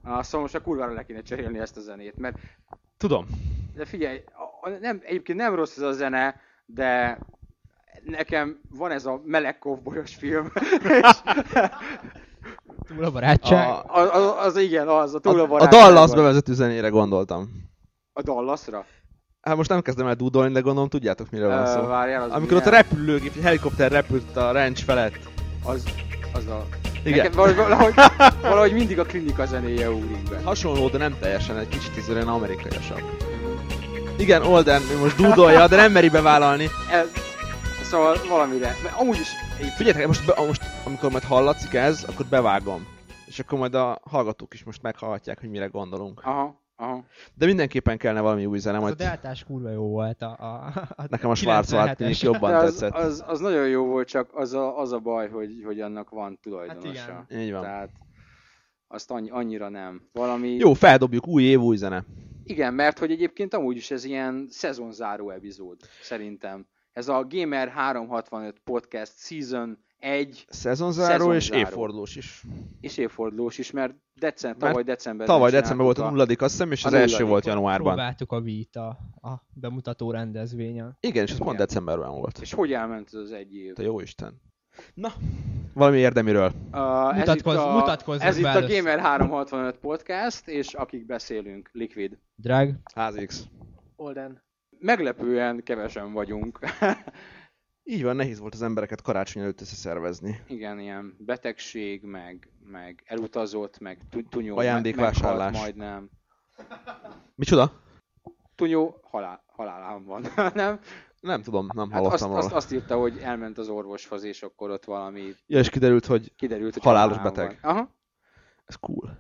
Szóval most a kurvára le kéne cserélni ezt a zenét, mert... Tudom. De figyelj, egyébként nem rossz ez a zene, de nekem van ez a meleg kovbolyos film. Túl a barátság. Az igen, az a túl a A barátság. Dallas bevezető zenére gondoltam. A Dallasra? Hát most nem kezdem el dúdolni, de gondolom tudjátok miről van szó. Várjál, az amikor ott a repülőgép, egy helikopter repült a ranch felett. Az a... Igen. Valahogy mindig a klinika zenéje ugrik be. Hasonló, de nem teljesen, egy kicsit olyan amerikaiasabb. Igen, Olden most dúdolja, de nem meri bevállalni. Szóval valamire. Mert amúgy is... Figyeljetek, most amikor majd hallatszik ez, akkor bevágom. És akkor majd a hallgatók is most meghallhatják, hogy mire gondolunk. Aha. De mindenképpen kellene valami új zene. Az majd... a deltás kurva jó volt. Nekem a Schwarzwald jobban tetszett. Az nagyon jó volt, csak az a baj, hogy annak van tulajdonosa. Hát igen. Így van. Tehát azt annyira nem. Valami... Jó, feldobjuk, új év, új zene. Igen, mert hogy egyébként amúgy is ez ilyen szezonzáró epizód, szerintem. Ez a Gamer 365 Podcast Season 1 szezonzáró és évfordulós is. És évfordulós is, mert tavaly decemberben volt a 0. azt hiszem, és az első volt januárban. Próbáltuk a Wii-t a bemutató rendezvényen. Igen, és ez pont decemberben volt. És hogy elment az egy év? Te jó Isten. Na, valami érdemiről. Mutatkozzunk Ez itt a Gamer 365 Podcast, és akik beszélünk, Liquid, Drag, HZX, Olden. Meglepően kevesen vagyunk. Így van, nehéz volt az embereket karácsony előtt összeszervezni. Igen, ilyen betegség, meg elutazott, meg Tunyó ajándékvásárlás. meghalt majdnem. Micsoda? Tunyó halálán van, nem? Nem tudom, nem hallottam róla. Azt írta, hogy elment az orvoshoz, és akkor ott valami... Ja, és kiderült, hogy halálos beteg. Van. Aha. Ez cool.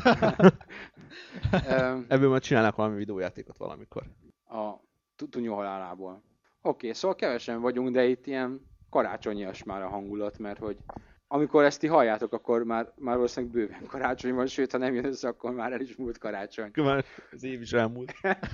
Ebből majd csinálnak valami videójátékot valamikor. A Tunyó halálából. Oké, szóval kevesen vagyunk, de itt ilyen karácsonyias már a hangulat, mert hogy amikor ezt ti halljátok, akkor már valószínűleg bőven karácsony van, sőt, ha nem jön össze, akkor már el is múlt karácsony. Már az év is elmúlt.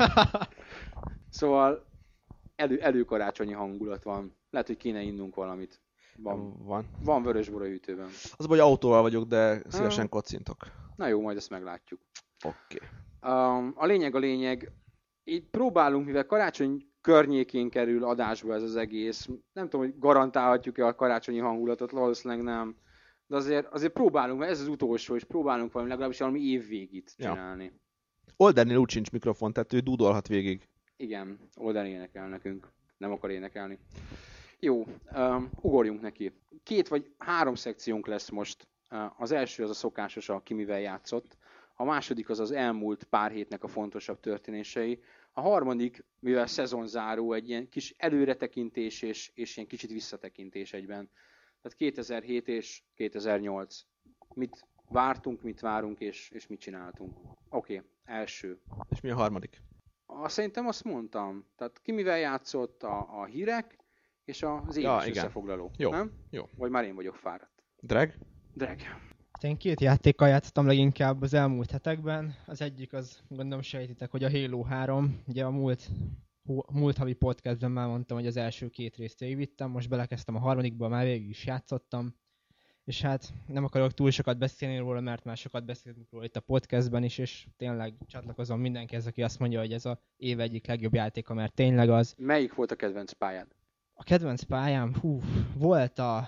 Szóval előkarácsonyi hangulat van. Lehet, hogy kéne innunk valamit. Van vörösbor a hűtőben. Az a baj, hogy autóval vagyok, de szívesen kocintok. Na jó, majd ezt meglátjuk. Oké. A lényeg, így próbálunk, mivel karácsony környékén kerül adásba ez az egész. Nem tudom, hogy garantálhatjuk-e a karácsonyi hangulatot, valószínűleg nem. De azért próbálunk, mert ez az utolsó, és próbálunk legalábbis valami évvégit csinálni. Ja. Oldennél úgy sincs mikrofon, tehát ő dúdolhat végig. Igen, Olden énekel nekünk. Nem akar énekelni. Jó, ugorjunk neki. 2 vagy 3 szekciónk lesz most. Az első az a szokásos, a ki mivel játszott. A második az elmúlt pár hétnek a fontosabb történései. A harmadik, mivel szezonzáró, egy ilyen kis előretekintés és ilyen kicsit visszatekintés egyben. Tehát 2007 és 2008. Mit vártunk, mit várunk és mit csináltunk. Oké, első. És mi a harmadik? Szerintem azt mondtam. Tehát ki mivel játszott, a hírek és az éves összefoglaló. Jó. Nem? Jó. Vagy már én vagyok fáradt. Drag. Én 2 játékkal játszottam leginkább az elmúlt hetekben. Az egyik az, gondolom sejtitek, hogy a Halo 3. Ugye a múlt havi podcastben már mondtam, hogy az első 2 részt végigvittem, most belekezdtem a harmadikba, már végig is játszottam. És hát nem akarok túl sokat beszélni róla, mert már sokat beszéltünk róla itt a podcastben is, és tényleg csatlakozom mindenkihez, aki azt mondja, hogy ez az év egyik legjobb játéka, mert tényleg az. Melyik volt a kedvenc pályád? A kedvenc pályám, volt a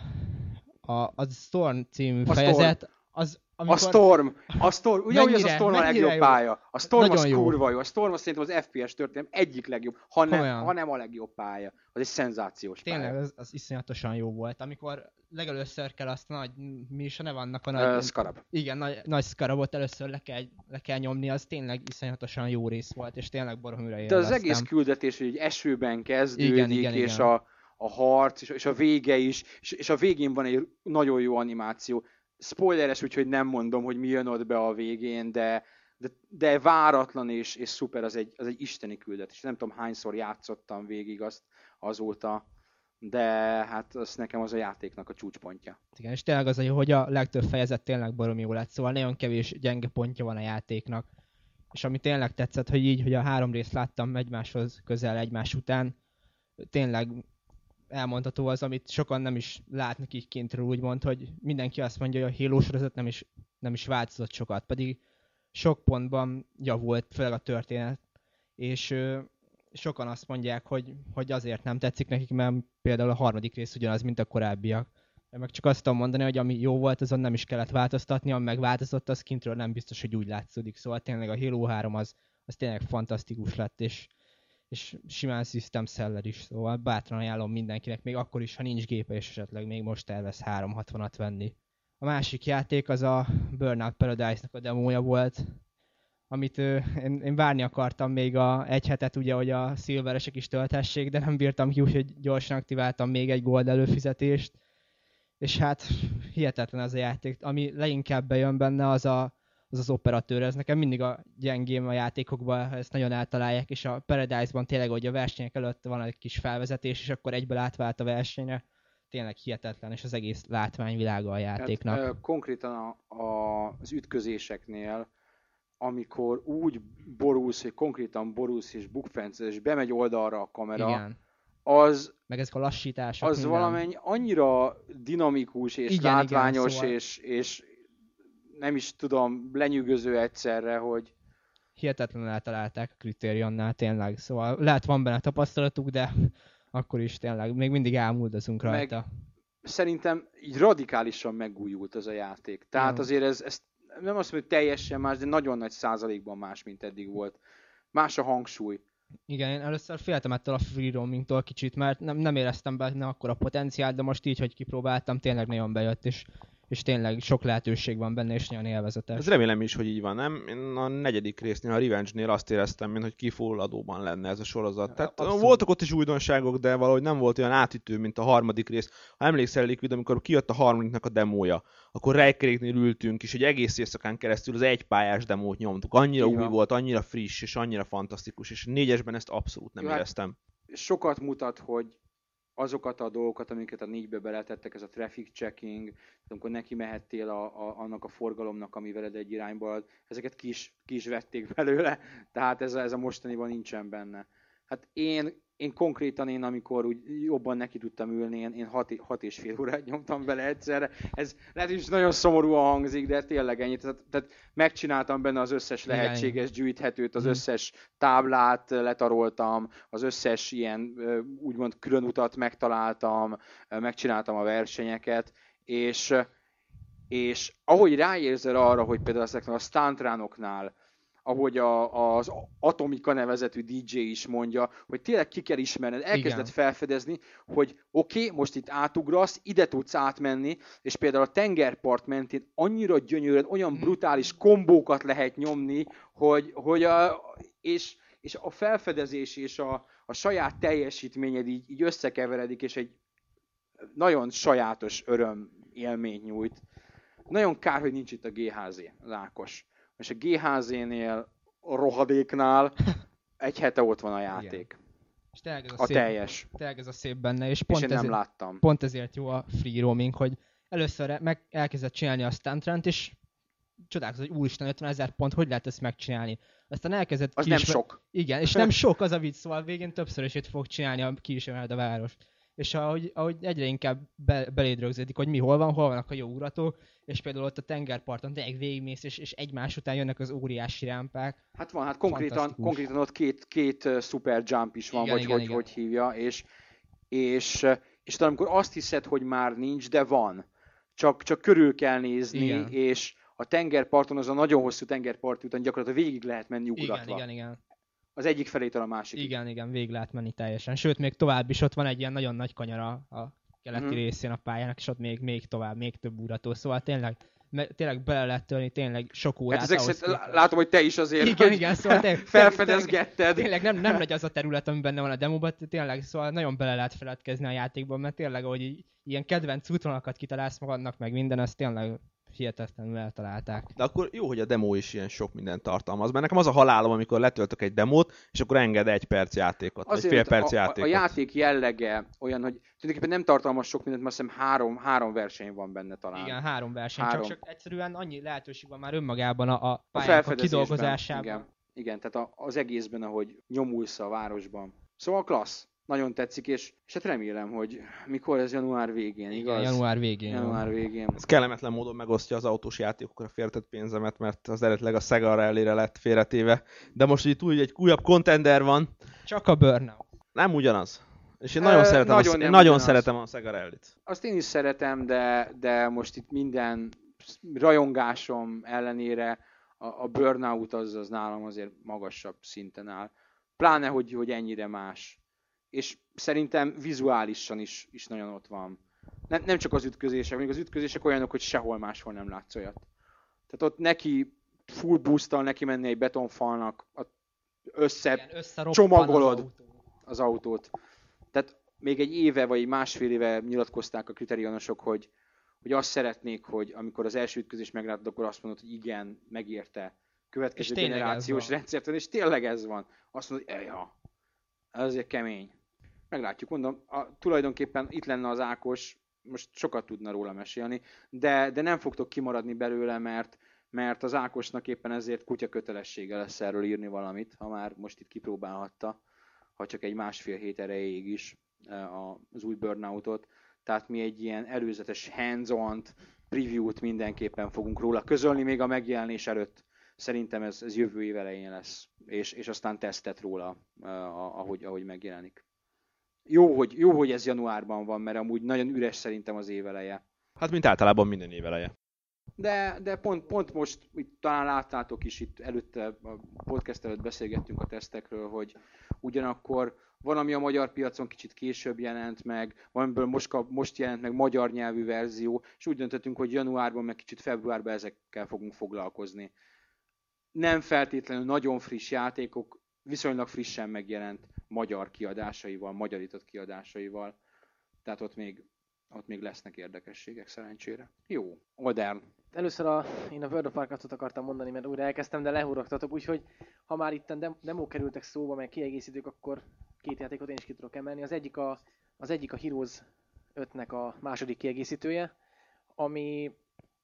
Storm című fejezet. A Storm! Ugye, hogy az a Storm a legjobb pálya. A Storm az kurva jó. A Storm az szerintem az FPS történet egyik legjobb, ha nem a legjobb pálya. Az egy szenzációs pálya. Tényleg, az iszonyatosan jó volt. Amikor legelőször kell azt mi is a neve annak a nagy... Scarab. Igen, nagy Scarabot először le kell nyomni, az tényleg iszonyatosan jó rész volt, és tényleg baromira élveztem. De az egész küldetés, hogy egy esőben kezdődik, igen. És a harc, és a vége is, és a végén van egy nagyon jó animáció. Spoileres, úgyhogy nem mondom, hogy mi jön ott be a végén, de váratlan és szuper, az egy isteni küldetés. Nem tudom, hányszor játszottam végig azt azóta, de hát az nekem az a játéknak a csúcspontja. Igen, és tényleg az, hogy a legtöbb fejezet tényleg baromi jó lett, szóval nagyon kevés gyenge pontja van a játéknak. És ami tényleg tetszett, hogy a 3 részt láttam egymáshoz közel egymás után, tényleg elmondható az, amit sokan nem is látnak így kintről, úgymond, hogy mindenki azt mondja, hogy a Halo sorozat nem is változott sokat, pedig sok pontban javult, főleg a történet. És sokan azt mondják, hogy azért nem tetszik nekik, mert például a harmadik rész ugyanaz, mint a korábbiak. De meg csak azt tudom mondani, hogy ami jó volt, azon nem is kellett változtatni, ami megváltozott, az kintről nem biztos, hogy úgy látszódik. Szóval tényleg a Halo 3 az tényleg fantasztikus lett, és simán system seller is, szóval bátran ajánlom mindenkinek, még akkor is, ha nincs gépe, és esetleg még most tervez 360-at venni. A másik játék az a Burnout Paradise-nak a demója volt, amit én várni akartam még egy hetet, ugye, hogy a szilveresek is tölthessék, de nem bírtam ki, úgyhogy gyorsan aktiváltam még egy gold előfizetést. És hát hihetetlen az a játék. Ami leginkább bejön benne, az operatőr. Ez nekem mindig a gyengém a játékokban, ezt nagyon eltalálják, és a Paradise-ban tényleg, hogy a versenyek előtt van egy kis felvezetés, és akkor egyből átvált a versenyre. Tényleg hihetetlen, és az egész látványvilága a játéknak. Hát, konkrétan az ütközéseknél, amikor úgy borulsz, hogy konkrétan borulsz és bukfences, és bemegy oldalra a kamera, igen. Az, meg ezek a lassítások. Az minden. Valamennyi annyira dinamikus és igen, látványos, igen, szóval... és nem is tudom, lenyűgöző egyszerre, hogy... Hihetetlenül eltalálták a Criterionnál tényleg, szóval lehet van benne tapasztalatuk, de akkor is tényleg még mindig elmúldozunk rajta. Meg szerintem így radikálisan megújult ez a játék. Tehát azért ez nem azt mondom, hogy teljesen más, de nagyon nagy százalékban más, mint eddig volt. Más a hangsúly. Igen, én először féltem ettől a free roamingtól kicsit, mert nem éreztem benne akkora potenciált, de most így, hogy kipróbáltam, tényleg nagyon bejött, és tényleg sok lehetőség van benne, és nagyon élvezetes. Ez remélem is, hogy így van, nem? Én a negyedik résznél, a Revenge-nél azt éreztem, mint hogy kifulladóban lenne ez a sorozat. Tehát voltak ott is újdonságok, de valahogy nem volt olyan átütő, mint a harmadik rész. Ha emlékszel, Liquid, amikor kijött a harmadiknak a demója, akkor Rejkeréknél ültünk, és egy egész éjszakán keresztül az egypályás demót nyomtuk. Annyira új volt, annyira friss, és annyira fantasztikus, és a négyesben ezt abszolút nem éreztem. Sokat mutat, hogy azokat a dolgokat, amiket a 4-be beletettek, ez a traffic checking, amikor neki mehettél annak a forgalomnak, ami veled egy irányba, ezeket ki is vették belőle, tehát ez a mostaniban nincsen benne. Hát én konkrétan, amikor úgy jobban neki tudtam ülni, én 6,5 órát nyomtam bele egyszerre. Ez lehet, hogy is nagyon szomorúan hangzik, de tényleg ennyi. Tehát megcsináltam benne az összes lehetséges gyűjthetőt, az összes táblát letaroltam, az összes ilyen úgymond külön utat megtaláltam, megcsináltam a versenyeket, és ahogy ráérzel arra, hogy például ezeknek a stuntrunoknál, ahogy az Atomika nevezetű DJ is mondja, hogy tényleg ki kell ismerned, elkezded felfedezni, hogy oké, most itt átugrasz, ide tudsz átmenni, és például a tengerpart mentén annyira gyönyörűen, olyan brutális kombókat lehet nyomni, és a felfedezés és a saját teljesítményed így összekeveredik, és egy nagyon sajátos öröm élményt nyújt. Nagyon kár, hogy nincs itt a GHZ, az Ákos. És a GHZ-nél, a rohadéknál egy hete ott van a játék. És tényleg ez a szép, teljes. Tényleg ez a szép benne, és én nem láttam. Pont ezért jó a free roaming, hogy először elkezdett csinálni a stuntrun-t, és csodálkozott, hogy úristen, 50 000 pont, hogy lehet ezt megcsinálni? Aztán elkezdett az nem sok. Igen, és nem sok az a vicc, szóval végén többször is fog csinálni, ki is a várost. És ahogy egyre inkább beléd rögzítik, hogy hol vannak a jó uratók, és például ott a tengerparton tényleg végigmész, és egymás után jönnek az óriási rámpák. Hát van, hát konkrétan ott két super jump is van, igen. Hogy hívja, és talán amikor azt hiszed, hogy már nincs, de van. Csak körül kell nézni, igen. És a tengerparton, az a nagyon hosszú tengerparti után gyakorlatilag végig lehet menni ugratva. Igen. Az egyik felétől a másikig. Igen, végig lehet menni teljesen. Sőt, még tovább is ott van egy ilyen nagyon nagy kanyara a keleti részén a pályának, és ott még tovább, még több urató. Szóval tényleg bele lehet tölni, tényleg sok órát. Hát látom, hogy te is azért igen, szóval felfedezgetted. Tényleg nem nagy az a terület, ami benne van a demóban, tényleg szóval nagyon bele lehet feledkezni a játékban, mert tényleg, hogy ilyen kedvenc útvonalakat kitalálsz magadnak, meg minden, az tényleg hihetetlenül eltalálták. De akkor jó, hogy a demo is ilyen sok mindent tartalmaz. Mert nekem az a halálom, amikor letöltök egy demót, és akkor enged egy perc játékot, azért, vagy fél perc játékot. A játék jellege olyan, hogy tulajdonképpen nem tartalmaz sok mindent, mert azt hiszem három verseny van benne talán. Igen, 3 verseny, csak egyszerűen annyi lehetőség van már önmagában a pályának a kidolgozásában. Igen, tehát az egészben, ahogy nyomulsz a városban. Szóval klassz. nagyon tetszik, és hát remélem, hogy mikor ez január végén, igaz? Igen, január végén. Január végén. Ez kellemetlen módon megosztja az autós játékokra félretett pénzemet, mert az eredetileg a Sega Rally-re lett félretéve. De most így túl, hogy egy újabb contender van. Csak a Burnout. Nem ugyanaz. És én nagyon szeretem a Sega Rally-t. Azt én is szeretem, de most itt minden rajongásom ellenére a Burnout az nálam azért magasabb szinten áll. Pláne, hogy ennyire más. És szerintem vizuálisan is nagyon ott van. Nem csak az ütközések, még az ütközések olyanok, hogy sehol máshol nem látsz olyat. Tehát ott neki full boost-tal neki menni egy betonfalnak, csomagolod az autót. Tehát még egy éve vagy másfél éve nyilatkozták a kriterionosok, hogy azt szeretnék, hogy amikor az első ütközés meglátod, akkor azt mondod, hogy igen, megérte következő generációs rendszert, és tényleg ez van. Azt mondod, hogy ez azért kemény. Meglátjuk, mondom, tulajdonképpen itt lenne az Ákos, most sokat tudna róla mesélni, de nem fogtok kimaradni belőle, mert az Ákosnak éppen ezért kutya kötelessége lesz erről írni valamit, ha már most itt kipróbálhatta, ha csak egy másfél hét erejéig is az új Burnoutot. Tehát mi egy ilyen előzetes hands-on-t, preview-t mindenképpen fogunk róla közölni még a megjelenés előtt. Szerintem ez jövő év elején lesz, és aztán tesztet róla, ahogy megjelenik. Jó, hogy ez januárban van, mert amúgy nagyon üres szerintem az év eleje. Hát mint általában minden év eleje. De pont most, talán láttátok is itt előtte, a podcast előtt beszélgettünk a tesztekről, hogy ugyanakkor van, ami a magyar piacon kicsit később jelent meg, valamiből most jelent meg magyar nyelvű verzió, és úgy döntöttünk, hogy januárban, meg kicsit februárban ezekkel fogunk foglalkozni. Nem feltétlenül nagyon friss játékok, viszonylag frissen megjelent magyar kiadásaival, magyarított kiadásaival. Tehát ott még lesznek érdekességek szerencsére. Jó, Oldern. Először én a World of Warcraftot akartam mondani, mert újra elkezdtem, de lehúrogtatok, úgyhogy ha már itt demók kerültek szóba, meg kiegészítők, akkor két játékot én is ki tudok emelni. Az egyik a Heroes 5-nek a második kiegészítője, ami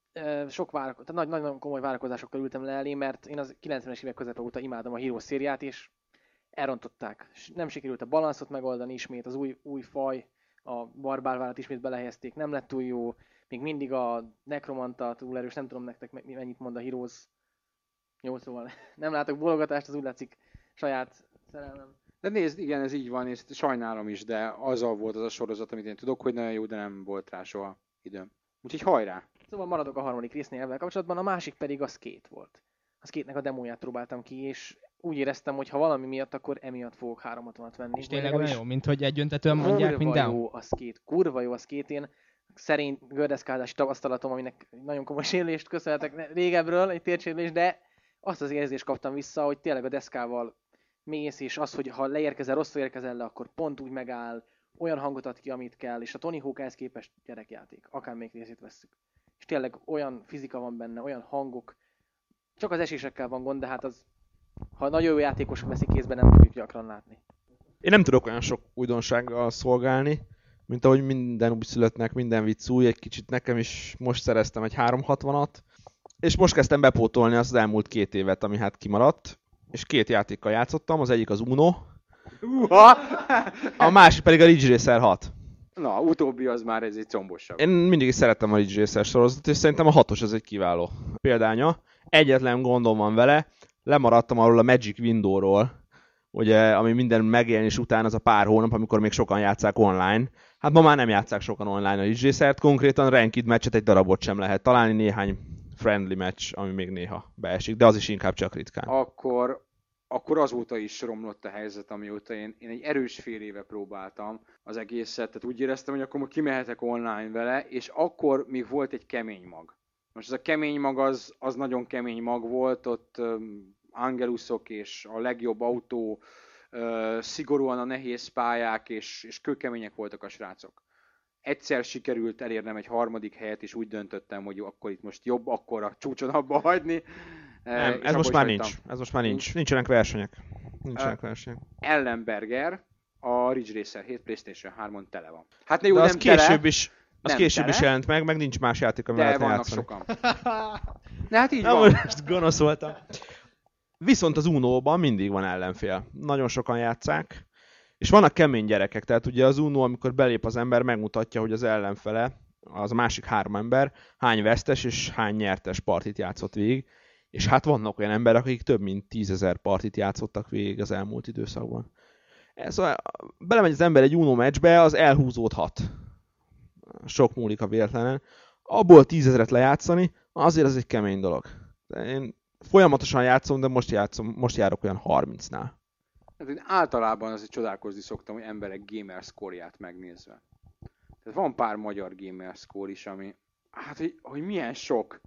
tehát nagyon komoly várakozásokkal ültem le elé, mert én az 90-es évek közepe óta imádom a Heroes szériát, és elrontották. Nem sikerült a balanszot megoldani ismét, az új faj, a barbárvárat ismét belehelyezték, nem lett túl jó, még mindig a Necromanta túl erős, nem tudom nektek mennyit mond a Heroes. Jó, szóval nem látok bologatást, az úgy látszik saját szerelmem. De nézd, igen, ez így van, és sajnálom is, de azzal volt az a sorozat, amit én tudok, hogy nagyon jó, de nem volt rá soha időm. Úgyhogy hajrá! Szóval maradok a harmadik résznél ebben kapcsolatban, a másik pedig a Skate volt. A Skate-nek a demóját próbáltam ki, és úgy éreztem, hogy ha valami miatt, akkor emiatt fogok 360-at venni. És tényleg olyan jó, mint hogy egyöntetően mondják minden. Kurva jó a Skate, én szerint gördeszkázási tapasztalatom, aminek nagyon komoly sérülést köszönhetek régebről, egy térsérülést, de azt az érzést kaptam vissza, hogy tényleg a deszkával mész, és az, hogy ha leérkezel, rosszul érkezel le, akkor pont úgy megáll, olyan hangot ad ki, amit kell, és a Tony Hawk ehhez képest gyerekjáték, akármelyik részét vesszük. És tényleg olyan fizika van benne, olyan hangok, csak az esésekkel van gond, de hát az, ha nagyon jó játékosok veszik kézbe, nem tudjuk gyakran látni. Én nem tudok olyan sok újdonsággal szolgálni, mint ahogy minden újszülöttnek, minden vicc új, egy kicsit nekem is most szereztem egy 360-at, és most kezdtem bepótolni az elmúlt 2 évet, ami hát kimaradt, és 2 játékkal játszottam, az egyik az Uno, a másik pedig a Ridge Racer 6. Na, utóbbi az már ez egy combosabb. Én mindig is szerettem a Ridge Racer sorozatot, és szerintem a 6-os ez egy kiváló példánya. Egyetlen gondom van vele, lemaradtam arról a Magic Window-ról, ugye, ami minden megjelenés után az a pár hónap, amikor még sokan játsszák online. Hát ma már nem játsszák sokan online a Ridge Racert, konkrétan ranked meccset egy darabot sem lehet találni, néhány friendly match, ami még néha beesik, de az is inkább csak ritkán. Akkor azóta is romlott a helyzet, amióta én egy erős fél éve próbáltam az egészet, tehát úgy éreztem, hogy akkor kimehetek online vele, és akkor még volt egy kemény mag. Most ez a kemény mag az nagyon kemény mag volt, ott Angelusok és a legjobb autó, szigorúan a nehéz pályák, és kőkemények voltak a srácok. Egyszer sikerült elérnem egy 3. helyet, és úgy döntöttem, hogy akkor itt most jobb akkor a csúcson abba hagyni. Nem, ez most már nincs. Ez most már nincs. Nincsenek versenyek. Ellenberger, a Ridge Racer 7 PlayStation 3-on tele van. Hát jó, de az nem később tele, is, később is jelent meg nincs más játék, amivel lehetne játszani. De vannak sokan. Na hát így van. Most gonosz voltam. Viszont az Uno-ban mindig van ellenfél. Nagyon sokan játsszák, És vannak kemény gyerekek, tehát ugye az Uno, amikor belép az ember, megmutatja, hogy az ellenfele, az a másik 3 ember, hány vesztes és hány nyertes partit játszott végig. És hát vannak olyan emberek, akik több mint 10 000 partit játszottak végig az elmúlt időszakban. Szóval belemegy az ember egy Uno meccsbe, az elhúzódhat. Sok múlik a véletlenen. Abból 10 000-et lejátszani, azért az egy kemény dolog. Én folyamatosan játszom, de most járok olyan 30-nál. Hát én általában azért csodálkozni szoktam, hogy emberek gamer score-ját megnézve. Tehát van pár magyar gamer score is, ami, hát hogy milyen sok.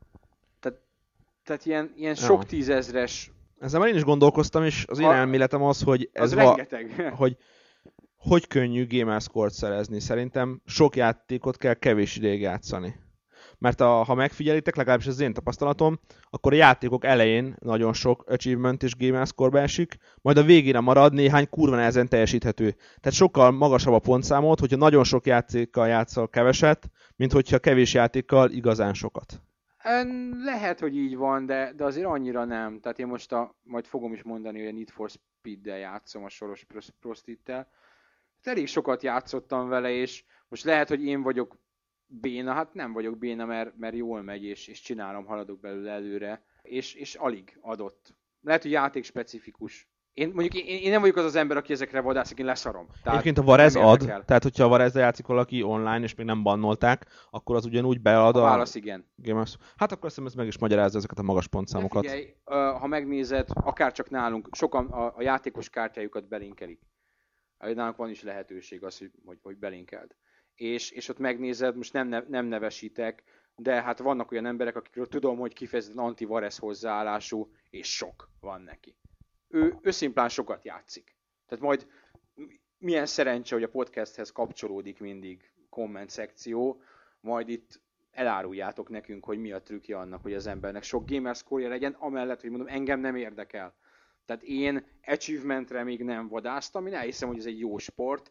Tehát ilyen sok tízezres. Ezzel már én is gondolkoztam, és az én elméletem az, hogy ez rengeteg. hogy könnyű gamer score-t szerezni. Szerintem sok játékot kell kevés ideig játszani. Mert ha megfigyelitek, legalábbis az én tapasztalatom, akkor a játékok elején nagyon sok achievement és gamer score-be esik, majd a végére marad néhány kurva nehezen teljesíthető. Tehát sokkal magasabb a pontszámot, hogyha nagyon sok játékkal játszol keveset, mint hogyha kevés játékkal igazán sokat. Lehet, hogy így van, de azért annyira nem. Tehát én most majd fogom is mondani, hogy a Need for Speed-del játszom, a Soros Prostittel. Elég sokat játszottam vele, és most lehet, hogy én vagyok béna, hát nem vagyok béna, mert jól megy, és csinálom, haladok belőle előre, és alig adott. Lehet, hogy játék specifikus. Én nem vagyok az az ember, aki ezekre vadászik, én leszarom. Egyébként a Varez ad, tehát hogyha a Varezzel játszik valaki online, és még nem bannolták, akkor az ugyanúgy bead a válasz igen. Gamers. Hát akkor azt hiszem, ez meg is magyarázza ezeket a magas pontszámokat. Figyelj, ha megnézed, akár csak nálunk, sokan a játékos kártyájukat belinkelik. Nálunk van is lehetőség az, hogy belinkeld. És ott megnézed, most nem nevesítek, de hát vannak olyan emberek, akikről tudom, hogy kifejezetten anti-Varez hozzáállású, és sok van neki. Ő szimplán sokat játszik. Tehát majd milyen szerencse, hogy a podcasthez kapcsolódik mindig komment szekció, majd itt eláruljátok nekünk, hogy mi a trükkje annak, hogy az embernek sok gamer score-ja legyen, amellett, hogy mondom, engem nem érdekel. Tehát én achievementre még nem vadáztam, én elhiszem, hogy ez egy jó sport.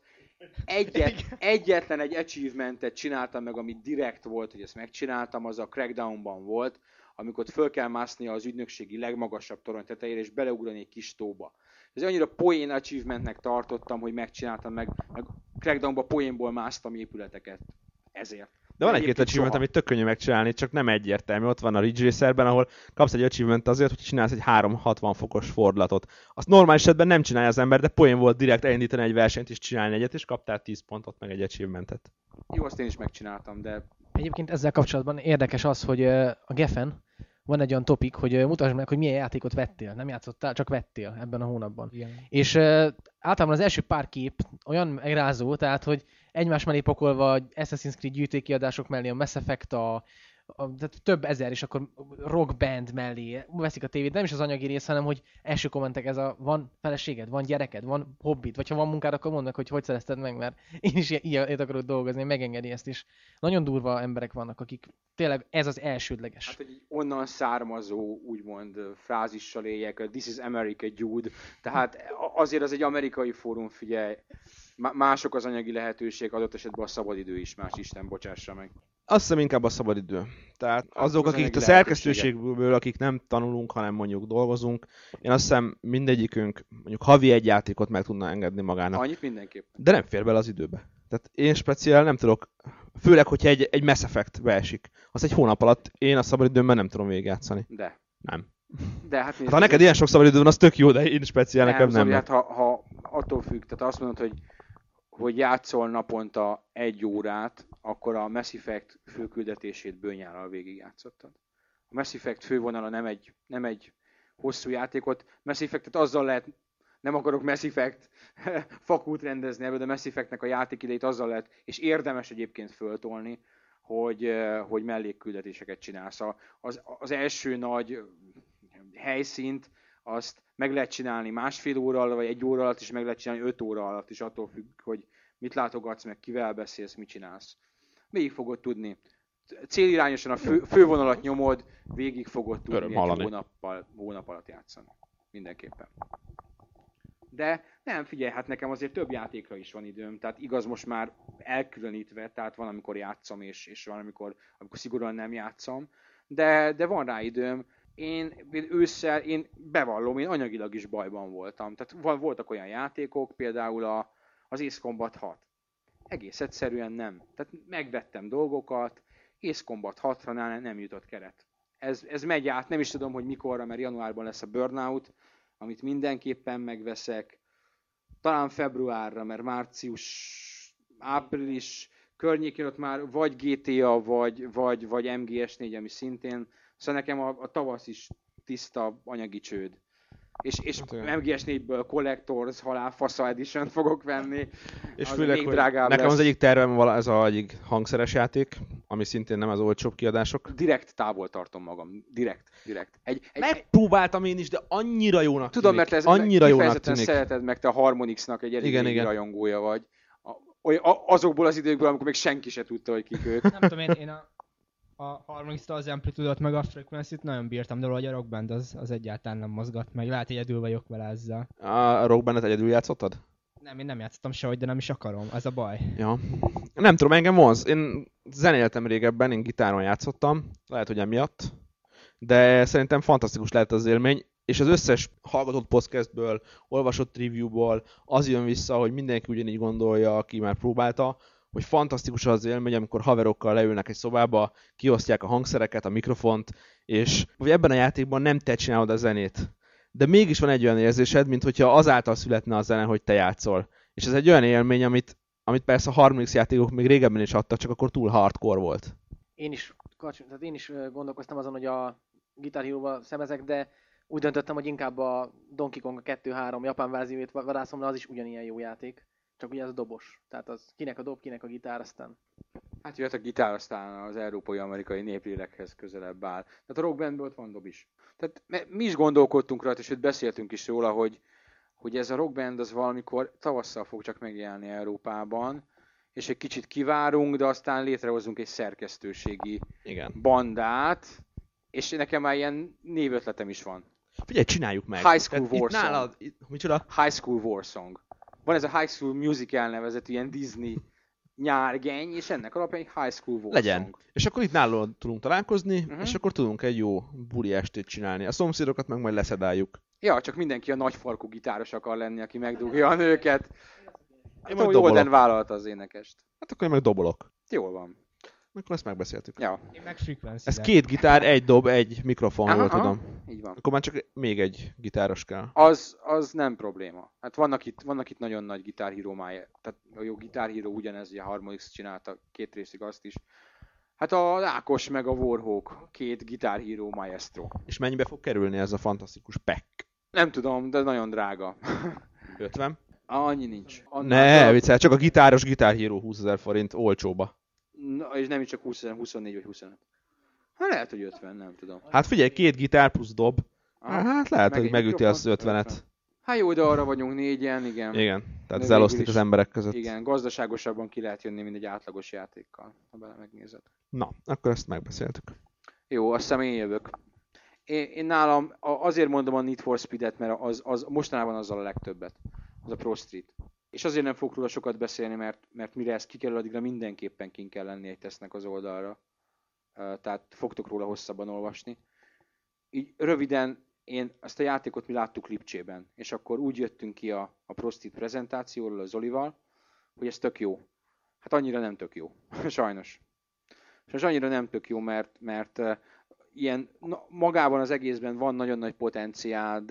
Egyetlen egy achievementet csináltam meg, ami direkt volt, hogy ezt megcsináltam, az a Crackdownban volt, amikor föl kell mászni az ügynökségi legmagasabb torony tetejére, és beleugrani egy kis tóba. Ez annyira poén achievementnek tartottam, hogy megcsináltam meg Crackdownba poénból másztam épületeket. Ezért. De van egy-két achievement, amit tök könnyű megcsinálni, csak nem egyértelmű. Ott van a Ridge Racerben, ahol kapsz egy achievement azért, hogy csinálsz egy 360 fokos fordulatot. Azt normális esetben nem csinálja az ember, de poén volt direkt elindítani egy versenyt és csinálni egyet, és kaptál 10 pontot, meg egy achievementet. Jó, azt én is megcsináltam, de... Egyébként ezzel kapcsolatban érdekes az, hogy a Geffen van egy olyan topik, hogy mutasd meg, hogy milyen játékot vettél. Nem játszottál, csak vettél ebben a hónapban. Igen. És általában az első pár kép olyan megrázó, tehát hogy egymás mellé pakolva Assassin's Creed gyűjtőkiadások mellé a Mass Effect, tehát több ezer, és akkor Rock Band mellé veszik a tévét. Nem is az anyagi rész, hanem hogy első kommentek ez van feleséged, van gyereked, van hobbit, vagy ha van munkád, akkor mondd meg, hogy szerezted meg, mert én is ilyet akarok dolgozni, megengedi ezt is. Nagyon durva emberek vannak, akik tényleg ez az elsődleges. Hát, hogy onnan származó, úgymond frázissal éljek, This is America, Jude. Tehát azért az egy amerikai fórum, figyelj. Mások az anyagi lehetőség, adott esetben a szabadidő is, más Isten bocsássa meg. Azt hiszem inkább a szabadidő. Tehát azok, akik a szerkesztőségből, akik nem tanulunk, hanem mondjuk dolgozunk, én azt hiszem mindegyikünk mondjuk havi egy játékot meg tudna engedni magának. Annyit mindenképp. De nem fér bele az időbe. Tehát én speciál nem tudok, főleg, hogyha egy Mass Effect beesik. Az egy hónap alatt én a szabadidőmben nem tudom végigjátszani. De. Nem. De hát ha neked ilyen sok szabadidő van, az tök jó, de én speciál nekem nem. Hát ha attól függ, tehát azt mondod, hogy játszol naponta 1 órát, akkor a Mass Effect főküldetését bőnyállal végigjátszottad. A Mass Effect fővonala nem egy hosszú játékot. Mass Effectet azzal lehet, nem akarok Mass Effect fakult rendezni ebből, de Mass Effectnek a játékidejét azzal lehet, és érdemes egyébként föltolni, hogy mellékküldetéseket csinálsz. Az első nagy helyszínt azt meg lehet csinálni 1,5 óra alatt, vagy 1 óra alatt, és meg lehet csinálni 5 óra alatt is, attól függ, hogy mit látogatsz, meg kivel beszélsz, mit csinálsz. Végig fogod tudni. Célirányosan a fővonalat nyomod, végig fogod tudni egy hónap alatt játszani. Mindenképpen. De nem, figyelj, hát nekem azért több játékra is van időm, tehát igaz most már elkülönítve, tehát van, amikor játszom, és van, amikor szigorúan nem játszom, de van rá időm. Én bevallom, én anyagilag is bajban voltam. Tehát voltak olyan játékok, például az Ace Combat 6. Egész egyszerűen nem. Tehát megvettem dolgokat, Ace Combat 6-ra nem jutott keret. Ez megy át, nem is tudom, hogy mikorra, mert januárban lesz a Burnout, amit mindenképpen megveszek. Talán februárra, mert március, április környékén ott már vagy GTA, vagy MGS4, ami szintén. Szóval nekem a tavasz is tiszta anyagi csőd. És MGS4-ből Collectors halálfasza Edition fogok venni. És főleg, még drágább nekem lesz. Az egyik tervem ez egyik hangszeres játék, ami szintén nem az olcsóbb kiadások. Direkt távol tartom magam. Direkt. Megpróbáltam én is, de annyira jónak tűnik. Tudom, mert ez annyira kifejezetten szereted meg, te a Harmonixnak egy elég rajongója vagy. Azokból az időkből, amikor még senki se tudta, hogy kik ők. Nem tudom, én a Harmonix-tól az Amplitude-ot meg a Frequency-t nagyon bírtam, de hogy a Rock Band az egyáltalán nem mozgat meg. Lehet, egyedül vagyok vele ezzel. A Rock Bandet egyedül játszottad? Nem, én nem játszottam sehogy, de nem is akarom. Ez a baj. Ja. Nem tudom, engem vonz. Én zenéltem régebben, én gitáron játszottam. Lehet, hogy emiatt. De szerintem fantasztikus lehet az élmény. És az összes hallgatott podcastből, olvasott reviewból az jön vissza, hogy mindenki ugyanígy gondolja, aki már próbálta, hogy fantasztikus az élmény, amikor haverokkal leülnek egy szobába, kiosztják a hangszereket, a mikrofont, és hogy ebben a játékban nem te csinálod a zenét. De mégis van egy olyan érzésed, mint hogyha azáltal születne a zene, hogy te játszol. És ez egy olyan élmény, amit persze a Harmonix játékok még régebben is adtak, csak akkor túl hardcore volt. Én is gondolkoztam azon, hogy a Guitar Hero-val szemezek, de úgy döntöttem, hogy inkább a Donkey Kong 2-3 japán verziójét vadászom, mert az is ugyanilyen jó játék. Csak ugye az a dobos. Tehát az kinek a dob, kinek a gitár, aztán... Hát jött a gitár, aztán az európai-amerikai néplélekhez közelebb áll. Tehát a Rock Bandben ott van dob is. Tehát mi is gondolkodtunk rá, és itt beszéltünk is róla, hogy ez a Rock Band az valamikor tavasszal fog csak megjelenni Európában, és egy kicsit kivárunk, de aztán létrehozunk egy szerkesztőségi bandát, és nekem már ilyen névötletem is van. Figyelj, csináljuk meg! High School War Song. Micsoda? High School War Song. Van ez a High School Musical nevezetű ilyen Disney nyárgeny, és ennek alapján egy High School War Legyen. Song. És akkor itt nálad tudunk találkozni, és akkor tudunk egy jó buli estét csinálni. A szomszédokat meg majd leszedáljuk. Ja, csak mindenki a nagyfarkú gitáros akar lenni, aki megdugja a nőket. Én majd Olden vállalta az énekest. Hát akkor én meg dobolok. Jól van. Akkor ezt megbeszéltük. Ja. Én meg Frequency. Ez 2 gitár, 1 dob, 1 mikrofon, jól tudom. Így van. Akkor már csak még egy gitáros kell. Az nem probléma. Hát vannak itt nagyon nagy Guitar Hero mája. Tehát a jó Guitar Hero ugyanez, a Harmonix csinálta 2 részig azt is. Hát a Ákos meg a Warhawk 2 Guitar Hero Maestro. És mennyibe fog kerülni ez a fantasztikus pack? Nem tudom, de nagyon drága. 50? Annyi nincs. Ne, viccel, csak a gitáros Guitar Hero 20 000 forint olcsóba. Na, és nem is csak 20 000, 24 vagy 25. Hát lehet, hogy 50, nem tudom. Hát figyelj, 2 gitár plusz dob. Hát lehet, hogy megüti az 50-et. Hát jó, de arra vagyunk 4-en, igen. Igen, tehát ez elosztik az emberek között. Igen, gazdaságosabban ki lehet jönni, mint egy átlagos játékkal, ha bele megnézed. Na, akkor ezt megbeszéltük. Jó, azt hiszem én jövök. Én nálam azért mondom a Need for Speed-et, mert az mostanában azzal a legtöbbet. Az a Pro Street. És azért nem fogok róla sokat beszélni, mert mire ez kikerül, addigra mindenképpen kint kell lenni egy tesznek az oldalra. Tehát fogtok róla hosszabban olvasni. Így röviden, ezt a játékot mi láttuk Lipcsében, és akkor úgy jöttünk ki a Pro Street prezentációról a Zolival, hogy ez tök jó. Hát annyira nem tök jó. Sajnos. És annyira nem tök jó, mert ilyen magában az egészben van nagyon nagy potenciál,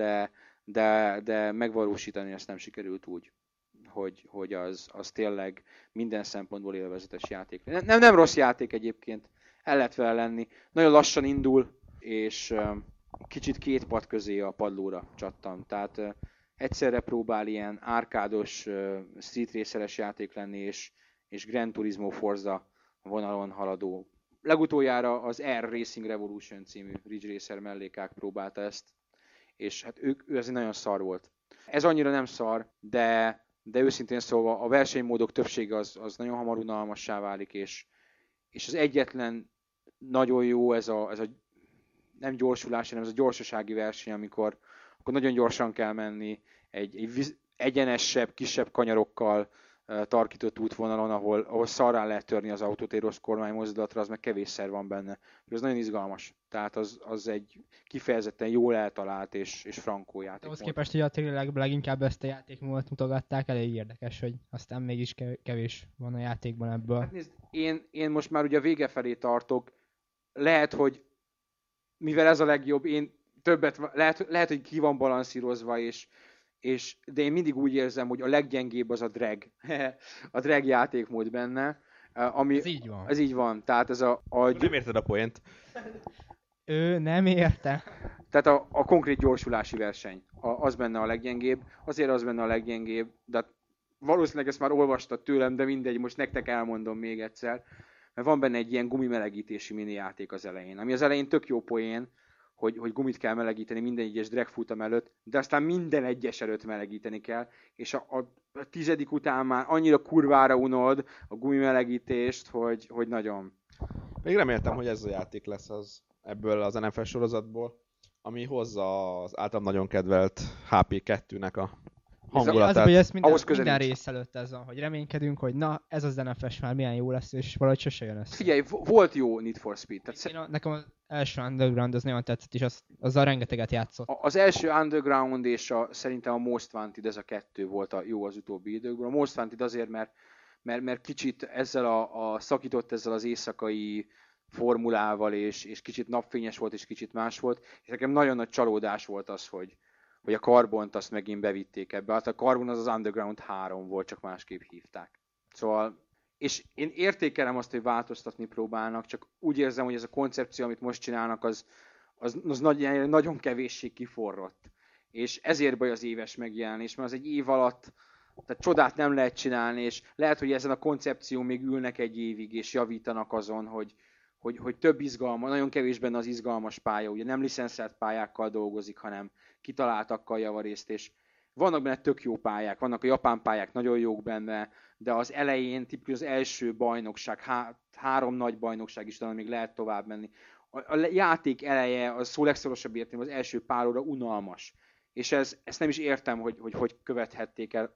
de megvalósítani ezt nem sikerült úgy, hogy az tényleg minden szempontból élvezetes játék. Nem rossz játék egyébként, el lehet vele lenni. Nagyon lassan indul, és kicsit 2 pad közé a padlóra csattam. Tehát egyszerre próbál ilyen árkádos, street raceres játék lenni, és Gran Turismo Forza vonalon haladó. Legutoljára az R Racing Revolution című Ridge Racer mellékák próbálta ezt, és hát ő azért nagyon szar volt. Ez annyira nem szar, de őszintén szólva a versenymódok többsége az nagyon hamar unalmassá válik, és az egyetlen nagyon jó ez a nem gyorsulás, hanem ez a gyorsasági verseny, amikor nagyon gyorsan kell menni, egy egyenesebb, kisebb kanyarokkal tarkított útvonalon, ahol szarrá lehet törni az autót egy rossz kormánymozdulatra, az meg kevésszer van benne. Ez nagyon izgalmas. Tehát az egy kifejezetten jól eltalált és frankó játék. Ahhoz képest, hogy a tényleg leginkább ezt a játékmódot mutogatták, elég érdekes, hogy aztán mégis kevés van a játékban ebből. Hát nézd, én most már ugye a vége felé tartok. Lehet, hogy mivel ez a legjobb, én többet, lehet, hogy ki van balanszírozva, de én mindig úgy érzem, hogy a leggyengébb az a drag. A drag játékmód benne. Ez így van. Ez így van. Tehát ez Nem érted a poént. Ő nem érte. Tehát a konkrét gyorsulási verseny, az benne a leggyengébb. Azért az benne a leggyengébb, de valószínűleg ezt már olvastad tőlem, de mindegy, most nektek elmondom még egyszer. Mert van benne egy ilyen gumimelegítési mini játék az elején, ami az elején tök jó poén, hogy gumit kell melegíteni minden egyes dragfutam előtt, de aztán minden egyes előtt melegíteni kell, és a 10. után már annyira kurvára unod a gumimelegítést, hogy nagyon... Még reméltem, hogy ez a játék lesz az ebből az NFL sorozatból, ami hozza az általam nagyon kedvelt HP2-nek a hangulatát. Az, hogy ezt minden rész előtt ez van, hogy reménykedünk, hogy na, ez az NFS már milyen jó lesz, és valahogy sose jön össze. Figyelj, volt jó Need for Speed. Nekem az első Underground az nagyon tetszett, és azzal rengeteget játszott. Az első Underground és szerintem a Most Wanted, ez a kettő volt a jó az utóbbi időkben. A Most Wanted azért, mert kicsit szakított ezzel az éjszakai formulával, és kicsit napfényes volt, és kicsit más volt. És nekem nagyon nagy csalódás volt az, hogy a Carbont azt megint bevitték ebbe. Hát a Carbon az Underground 3 volt, csak másképp hívták. Szóval, és én értékelem azt, hogy változtatni próbálnak, csak úgy érzem, hogy ez a koncepció, amit most csinálnak, az nagyon kevéssé kiforrott. És ezért baj az éves megjelenés, mert az egy év alatt tehát csodát nem lehet csinálni, és lehet, hogy ezen a koncepción még ülnek egy évig, és javítanak azon, hogy több izgalma, nagyon kevés benne az izgalmas pálya, ugye nem licenszelt pályákkal dolgozik, hanem kitaláltakkal javarészt, és vannak benne tök jó pályák, vannak a japán pályák, nagyon jók benne, de az elején, tipikus az első bajnokság, 3 nagy bajnokság is talán még lehet tovább menni. A játék eleje, a szó legszorosabb értelme, az első pár óra unalmas. És ezt nem is értem, hogy követhették el.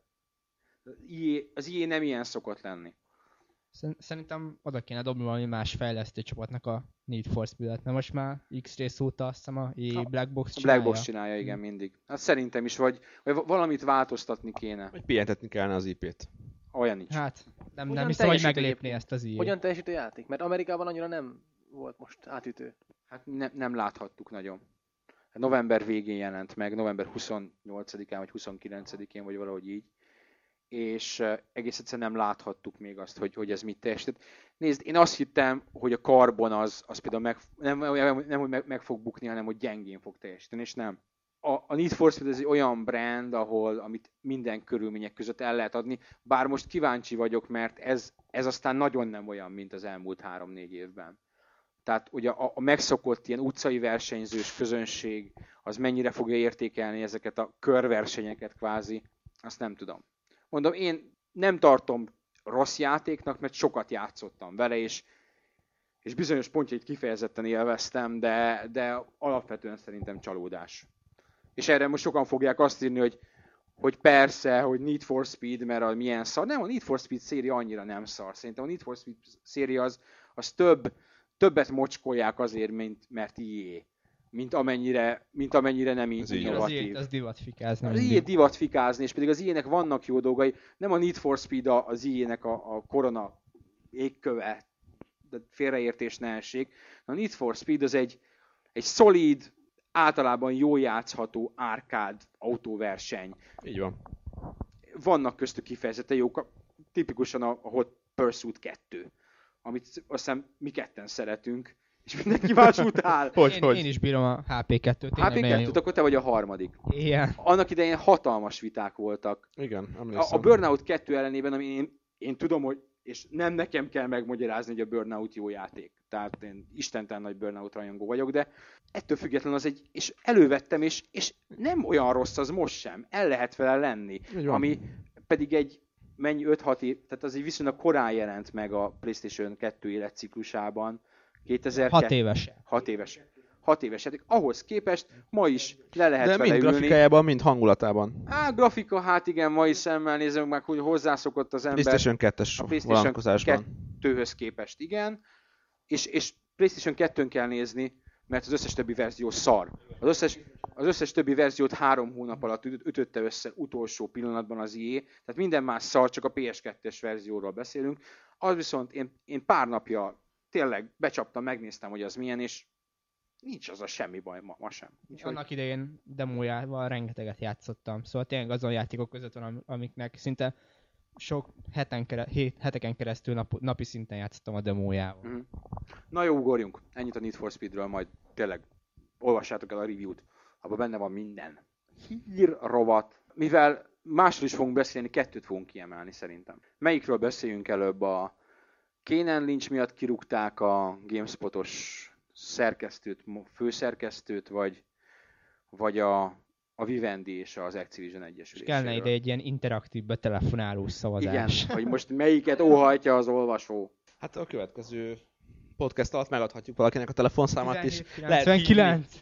Az EA nem ilyen szokott lenni. Szerintem oda kéne dobni valami más fejlesztő csapatnak a Need for Speed-et, mert most már X-Race óta azt hiszem a Black Box csinálja. Black Box csinálja, igen, mindig. Hát szerintem is, vagy valamit változtatni kéne. Vagy pihentetni kellene az IP-t. Olyan nincs. Hát, nem hiszem, hogy meglépni ezt az EA. Hogyan teljesít a játék? Mert Amerikában annyira nem volt most átütő. Hát nem láthattuk nagyon. Hát november végén jelent meg, november 28-án vagy 29-én, vagy valahogy így. És egész egyszerűen nem láthattuk még azt, hogy ez mit teljesít. Nézd, én azt hittem, hogy a Carbon az például nem meg fog bukni, hanem hogy gyengén fog teljesíteni, és nem. A Need for Speed ez egy olyan brand, amit minden körülmények között el lehet adni, bár most kíváncsi vagyok, mert ez aztán nagyon nem olyan, mint az elmúlt 3-4 évben. Tehát ugye a megszokott ilyen utcai versenyzős közönség, az mennyire fogja értékelni ezeket a körversenyeket kvázi, azt nem tudom. Mondom, én nem tartom rossz játéknak, mert sokat játszottam vele, és bizonyos pontjait kifejezetten élveztem, de alapvetően szerintem csalódás. És erre most sokan fogják azt írni, hogy persze, hogy Need for Speed, mert milyen szar. Nem, a Need for Speed széria annyira nem szar. Szerintem a Need for Speed széria az többet mocskolják azért, mert EA. Mint amennyire nem innovatív. Az divatfikázni. Az EA divatfikázni, és pedig az EA-nek vannak jó dolgai. Nem a Need for Speed az EA-nek a korona égköve, de félreértés ne essék. A Need for Speed az egy szolid, általában jól játszható árkád autóverseny. Így van. Vannak köztük kifejezetten jók, tipikusan a Hot Pursuit 2, amit azt hiszem mi ketten szeretünk, és mindenki más utál. Én is bírom a HP2-t. HP2-t, akkor te vagy a harmadik. Igen. Annak idején hatalmas viták voltak. Igen, emlékszem. A Burnout 2 ellenében, ami én tudom, hogy és nem nekem kell megmagyarázni, hogy a Burnout jó játék. Tehát én istentelen nagy Burnout rajongó vagyok, de ettől függetlenül és elővettem, és nem olyan rossz az most sem. El lehet vele lenni. Ami pedig egy 5-6 év, tehát az egy viszonylag korán jelent meg a PlayStation 2 életciklusában. 2002. 6 éves. 6 éves játék. Ahhoz képest ma is le lehet De vele mind ülni. grafikájában, mind hangulatában. Grafika, hát igen, mai szemmel nézem meg, hogy hozzászokott az ember. PlayStation 2-es A PlayStation vonatkozásban. 2-höz képest, igen. És PlayStation 2-n kell nézni, mert az összes többi verzió szar. Az összes többi verziót 3 hónap alatt ütötte össze utolsó pillanatban az EA. Tehát minden más szar, csak a PS2-es verzióról beszélünk. Az viszont én pár napja tényleg becsaptam, megnéztem, hogy az milyen, és nincs az a semmi baj ma sem. Annak idején demójával rengeteget játszottam. Szóval tényleg azon játékok között van, amiknek szinte sok heteken keresztül napi szinten játszottam a demójával. Mm. Na jó, ugorjunk. Ennyit a Need for Speedről, majd tényleg olvassátok el a review-t. Abban benne van minden. Hír, rovat. Mivel másról is fogunk beszélni, 2 fogunk kiemelni szerintem. Melyikről beszéljünk előbb? A Kane Lynch miatt kirúgták a GameSpot-os szerkesztőt, főszerkesztőt, vagy a Vivendi és az Activision egyesüléséről. És kellene ide egy ilyen interaktív betelefonálós szavazás. Igen, hogy most melyiket óhajtja az olvasó. Hát a következő podcast alatt megadhatjuk valakinek a telefonszámát is. 99.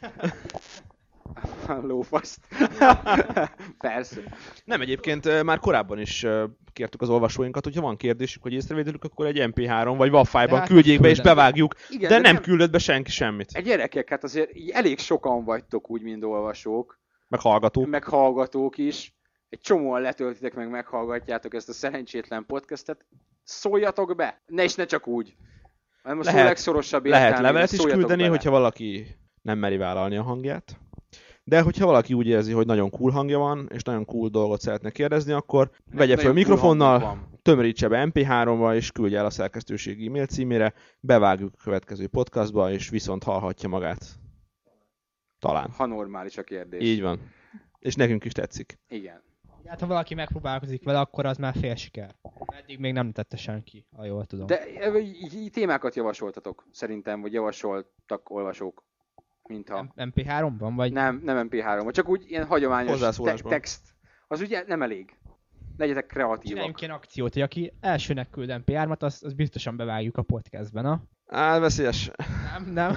Lófaszt. Persze. Nem, egyébként már korábban is kértük az olvasóinkat, hogyha van kérdésük, hogy észrevételük, akkor egy MP3 vagy WAV file-ban hát küldjék be és bevágjuk, igen, de nem küldött be senki semmit. Gyerekek, hát azért elég sokan vagytok úgy, mint olvasók. Meg hallgatók. Meg hallgatók is. Egy csomóan letöltitek meg, meghallgatjátok ezt a szerencsétlen podcastet. Szóljatok be! Ne csak úgy. Hanem a szó legszorosabb lehet levelet is szóljatok küldeni, bele. hogyha valaki nem meri vállalni a hangját. De hogyha valaki úgy érzi, hogy nagyon cool hangja van, és nagyon cool dolgot szeretne kérdezni, akkor vegye fel mikrofonnal, tömörítse be MP3-ba, és küldje el a szerkesztőség e-mail címére, bevágjuk a következő podcastba, és viszont hallhatja magát. Talán. Ha normális a kérdés. Így van. És nekünk is tetszik. Igen. Hát ha valaki megpróbálkozik vele, akkor az már fél siker. Eddig még nem tette senki, ha jól tudom. De témákat javasoltatok, szerintem, vagy javasoltak olvasók. Mintha... MP3-ban, vagy? Nem MP3-ban, csak úgy ilyen hagyományos text. Az ugye nem elég. Legyetek kreatívak. Csináljunk ilyen akciót, hogy aki elsőnek küld MP3-at, azt biztosan bevágjuk a podcastben, na? Veszélyes. Nem.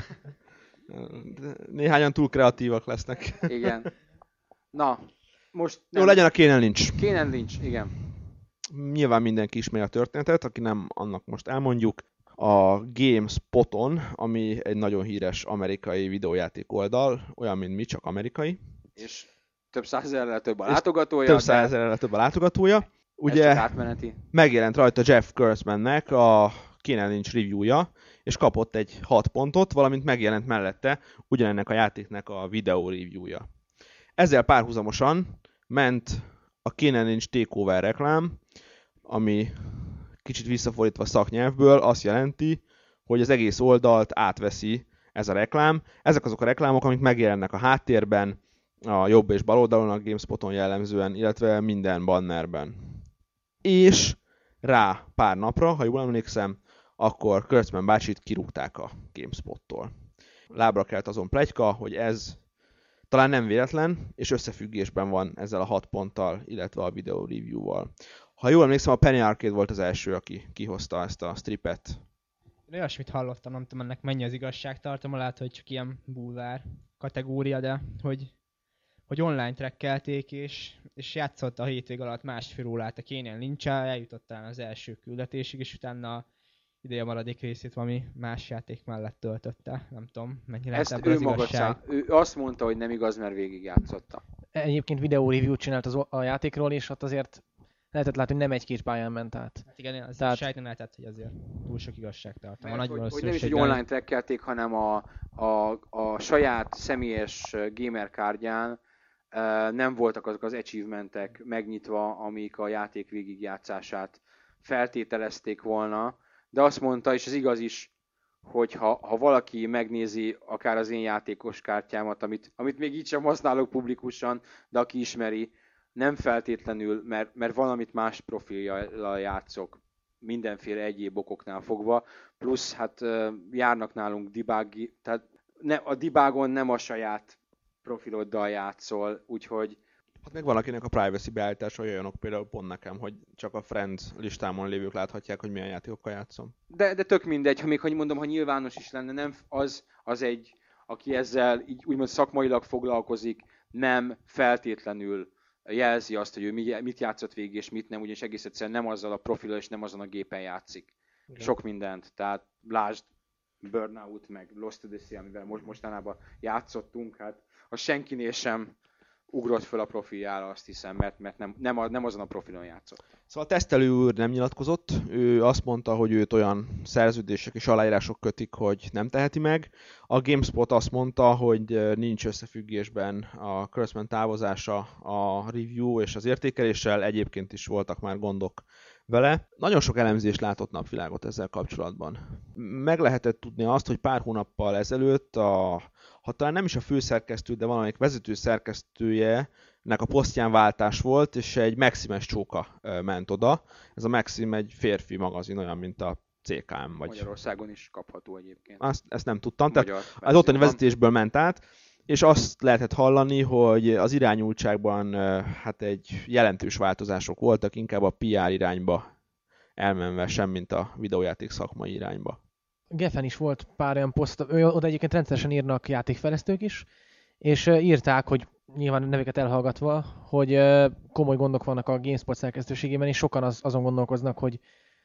Néhányan túl kreatívak lesznek. Igen. Na, most... Nem. Jó, legyen a Kane Lynch. Kane Lynch, igen. Nyilván mindenki ismeri a történetet, aki nem, annak most elmondjuk. A GameSpoton, ami egy nagyon híres amerikai videójáték oldal, olyan, mint mi, csak amerikai. És több százezerrel több a látogatója. Több százezerrel több a látogatója. Ugye megjelent rajta Jeff Kurtzmannek a Kane Lynch review-ja, és kapott egy 6 pontot, valamint megjelent mellette ugyanennek a játéknek a videó review-ja. Ezzel párhuzamosan ment a Kane Lynch Takeover reklám, ami kicsit visszafordítva szaknyelvből azt jelenti, hogy az egész oldalt átveszi ez a reklám. Ezek azok a reklámok, amik megjelennek a háttérben, a jobb és bal oldalon, a GameSpoton jellemzően, illetve minden bannerben. És rá pár napra, ha jól emlékszem, akkor Kurtzman bácsit kirúgták a GameSpottól. Lábra kelt azon pletyka, hogy ez talán nem véletlen, és összefüggésben van ezzel a 6 ponttal, illetve a videó review-val. Ha jól emlékszem, a Penny Arcade volt az első, aki kihozta ezt a stripet. Én olyasmit hallottam, nem tudom ennek mennyi az igazságtartalma, lehet, hogy csak ilyen bulvár kategória, de hogy online trekkelték, és játszott a hétvég alatt 1,5 órát a Kane Lynch-el, eljutott az első küldetésig, és utána ideje maradék részét valami más játék mellett töltötte. Nem tudom, mennyi lehet ebből az igazság. Ő azt mondta, hogy nem igaz, mert végigjátszotta. Egyébként videó review-t csinált a játékról, és ott azért lehetett látni, hogy nem egy-két pályán ment át. Hát igen, az sejteni lehetett, hogy azért túl sok igazságtartalma. Hogy nem is egy online trekkelték, hanem a saját személyes gamer kártyán nem voltak azok az achievementek megnyitva, amik a játék végigjátszását feltételezték volna, de azt mondta, és ez igaz is, hogy ha valaki megnézi akár az én játékos kártyámat, amit még így sem használok publikusan, de aki ismeri, nem feltétlenül, mert valamit más profiljal játszok, mindenféle egyéb okoknál fogva, plusz hát járnak nálunk debug, tehát a debugon nem a saját profiloddal játszol, úgyhogy... Hát meg van akinek a privacy beállítása olyanok, például pont nekem, hogy csak a friends listámon lévők láthatják, hogy milyen játékokkal játszom. De tök mindegy, ha még hogy mondom, ha nyilvános is lenne, nem aki ezzel így úgymond szakmailag foglalkozik, nem feltétlenül jelzi azt, hogy ő mit játszott végig és mit nem, ugyanis egész egyszerűen nem azzal a profillal és nem azon a gépen játszik. Igen. Sok mindent, tehát lásd Burnout, meg Lost Odyssey, amivel mostanában játszottunk, hát a senkinél sem ugrott föl a profiljára, azt hiszem, mert nem azon a profilon játszott. Szóval a tesztelő úr nem nyilatkozott, ő azt mondta, hogy őt olyan szerződések és aláírások kötik, hogy nem teheti meg. A GameSpot azt mondta, hogy nincs összefüggésben a Kurtzman távozása a review és az értékeléssel, egyébként is voltak már gondok vele. Nagyon sok elemzést látott napvilágot ezzel kapcsolatban. Meg lehetett tudni azt, hogy pár hónappal ezelőtt ha talán nem is a főszerkesztő, de valamelyik vezető szerkesztője nek a posztján váltás volt, és egy Maximes csóka ment oda. Ez a Maxim egy férfi magazin, olyan, mint a CKM. Vagy... Magyarországon is kapható egyébként. Ezt nem tudtam. Tehát az ottani vezetésből ment át, és azt lehetett hallani, hogy az irányultságban hát egy jelentős változások voltak, inkább a PR irányba elmenve, semmint a videójáték szakmai irányba. Geffen is volt pár olyan poszt, oda egyébként rendszeresen írnak játékfejlesztők is, és írták, hogy nyilván neveket elhallgatva, hogy komoly gondok vannak a GameSpot szerkesztőségében, és sokan azon gondolkoznak, hogy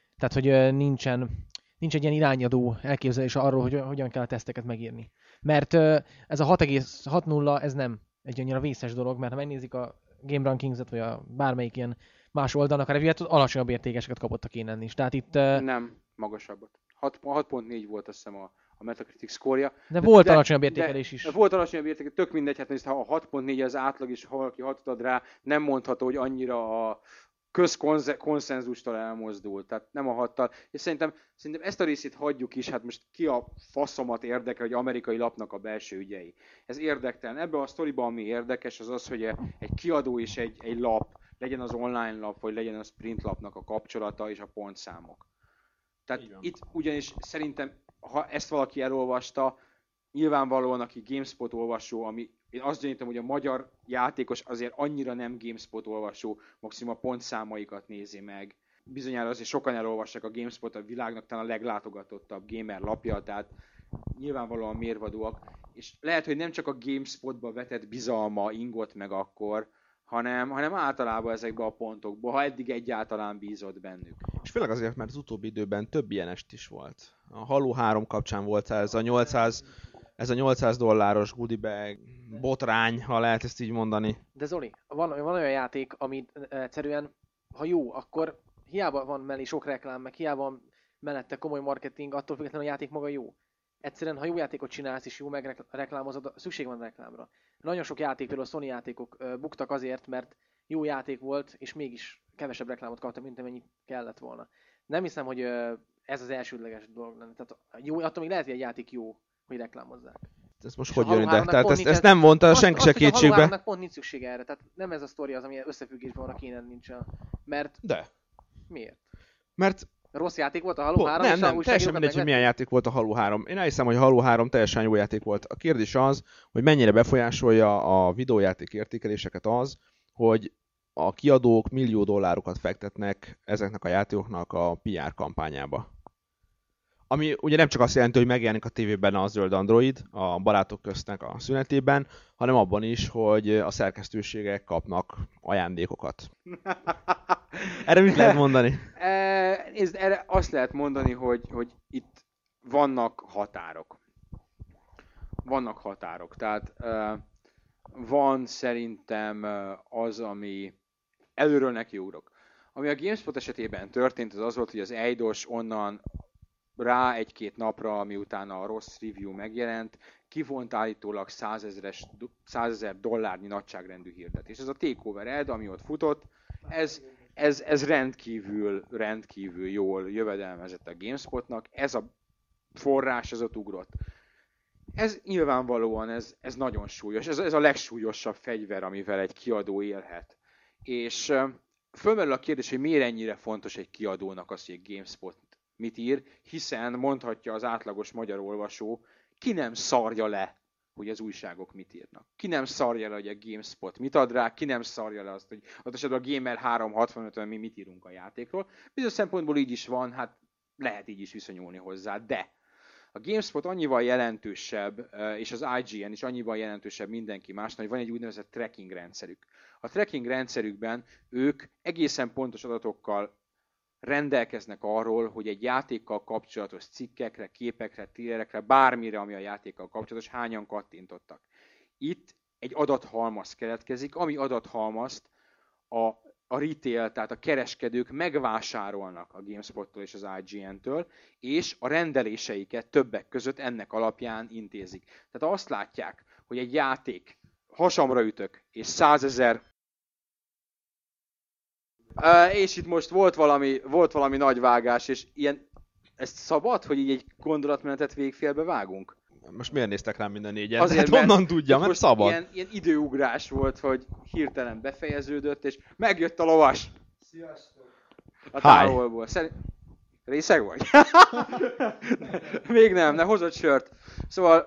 nincs egy ilyen irányadó elképzelés arról, hogy hogyan kell a teszteket megírni. Mert ez a 6.6.0, ez nem egy annyira vészes dolog, mert ha megnézik a Game Rankings-et, vagy a bármelyik ilyen más oldalnak a review-et, alacsonyabb értékeseket kapottak innen is. Tehát itt... Nem, magasabbat. 6.4 volt azt hiszem a Metacritic score-ja. De volt alacsonyabb értékelés is. De volt alacsonyabb értékelés, tök mindegy, hát ha a 6.4 az átlag, és ha valaki 6 ad rá, nem mondható, hogy annyira a közkonszenzustól elmozdult, tehát nem a 6-tal. És szerintem ezt a részét hagyjuk is, hát most ki a faszomat érdekel, hogy amerikai lapnak a belső ügyei. Ez érdektelen. Ebben a sztoriban ami érdekes, az az, hogy egy kiadó és egy lap, legyen az online lap, vagy legyen az print lapnak a kapcsolata és a pontszámok. Tehát itt ugyanis szerintem, ha ezt valaki elolvasta, nyilvánvalóan aki GameSpot olvasó, ami én azt gyanítom, hogy a magyar játékos azért annyira nem GameSpot olvasó, maximum a pontszámaikat nézi meg. Bizonyára azért sokan elolvassák a GameSpot, a világnak talán a leglátogatottabb gamer lapja, tehát nyilvánvalóan mérvadóak. És lehet, hogy nem csak a GameSpotba vetett bizalma ingott meg akkor, hanem általában ezekben a pontokban, ha eddig egyáltalán bízott bennük. És főleg azért, mert az utóbbi időben több ilyenest is volt. A Halo 3 kapcsán volt ez a $800 goodie bag botrány, ha lehet ezt így mondani. De Zoli, van olyan játék, ami egyszerűen, ha jó, akkor hiába van mellé sok reklám, meg hiába van mellette komoly marketing, attól függetlenül a játék maga jó. Egyszerűen, ha jó játékot csinálsz és jó megreklámozod, szükség van reklámra. Nagyon sok játék, például a Sony játékok buktak azért, mert jó játék volt, és mégis kevesebb reklámot kaptak, mint amennyit kellett volna. Nem hiszem, hogy ez az elsődleges dolog lenne. Tehát jó, attól még lehet, hogy egy játék jó, hogy reklámozzák. Ez most hogy jön ide? Tehát ezt nem mondta senki se kétségbe. A pont nincs szüksége erre. Tehát nem ez a sztori az, ami összefüggésben van a kéne nincs. Mert... De. Miért? Mert rossz játék volt a Halo 3? Nem, teljesen mindegy, hogy milyen játék volt a Halo 3. Én elhiszem, hogy a Halo 3 teljesen jó játék volt. A kérdés az, hogy mennyire befolyásolja a videójáték értékeléseket az, hogy a kiadók $1 millió fektetnek ezeknek a játékoknak a PR kampányába. Ami ugye nem csak azt jelenti, hogy megjelenik a tévében a zöld Android a barátok köztnek a szünetében, hanem abban is, hogy a szerkesztőségek kapnak ajándékokat. Erre mit lehet mondani? Erre azt lehet mondani, hogy itt vannak határok. Vannak határok. Tehát van szerintem az, ami előről nekiugrok. Ami a GameSpot esetében történt, az volt, hogy az Eidos onnan rá egy-két napra, miután a rossz review megjelent, kivont állítólag $100,000 nagyságrendű hirdetés. Ez a Takeover Ed, ami ott futott, ez rendkívül jól jövedelmezett a GameSpotnak, ez a forrás, ez ott ugrott. Ez nyilvánvalóan, ez nagyon súlyos, ez a legsúlyosabb fegyver, amivel egy kiadó élhet. És fölmerül a kérdés, hogy miért ennyire fontos egy kiadónak az, hogy egy GameSpot mit ír, hiszen mondhatja az átlagos magyar olvasó, ki nem szarja le, hogy az újságok mit írnak. Ki nem szarja le, hogy a GameSpot mit ad rá, ki nem szarja le azt, hogy ott esetben a Gamer 365-ön mi mit írunk a játékról. Bizonyos szempontból így is van, hát lehet így is viszonyulni hozzá, de A GameSpot annyival jelentősebb, és az IGN is annyival jelentősebb mindenki másnál, hogy van egy úgynevezett tracking rendszerük. A tracking rendszerükben ők egészen pontos adatokkal rendelkeznek arról, hogy egy játékkal kapcsolatos cikkekre, képekre, trailerekre, bármire, ami a játékkal kapcsolatos, hányan kattintottak. Itt egy adathalmaz keletkezik, ami adathalmazt a retail, tehát a kereskedők megvásárolnak a GameSpot-tól és az IGN-től, és a rendeléseiket többek között ennek alapján intézik. Tehát azt látják, hogy egy játék, hasamra ütök, és 100 000... és itt most volt valami nagy vágás, és ilyen, ezt szabad, hogy így egy gondolatmenetet végfélbe vágunk? Most miért néztek rám minden négyen? Azért, hát honnan tudja, mert szabad. Ilyen időugrás volt, hogy hirtelen befejeződött, és megjött a lovas. Sziasztok! A távolból. Részeg vagy? Még nem, hozott sört. Szóval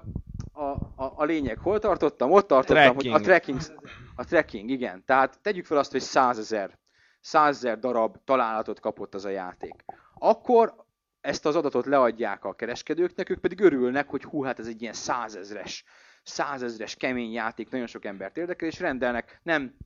a lényeg, hol tartottam? Ott tartottam, hogy a tracking, igen. Tehát tegyük fel azt, hogy 100 000 darab találatot kapott az a játék. Akkor ezt az adatot leadják a kereskedőknek, ők pedig örülnek, hogy hát ez egy ilyen 100 000-es kemény játék, nagyon sok embert érdekel, és rendelnek, nem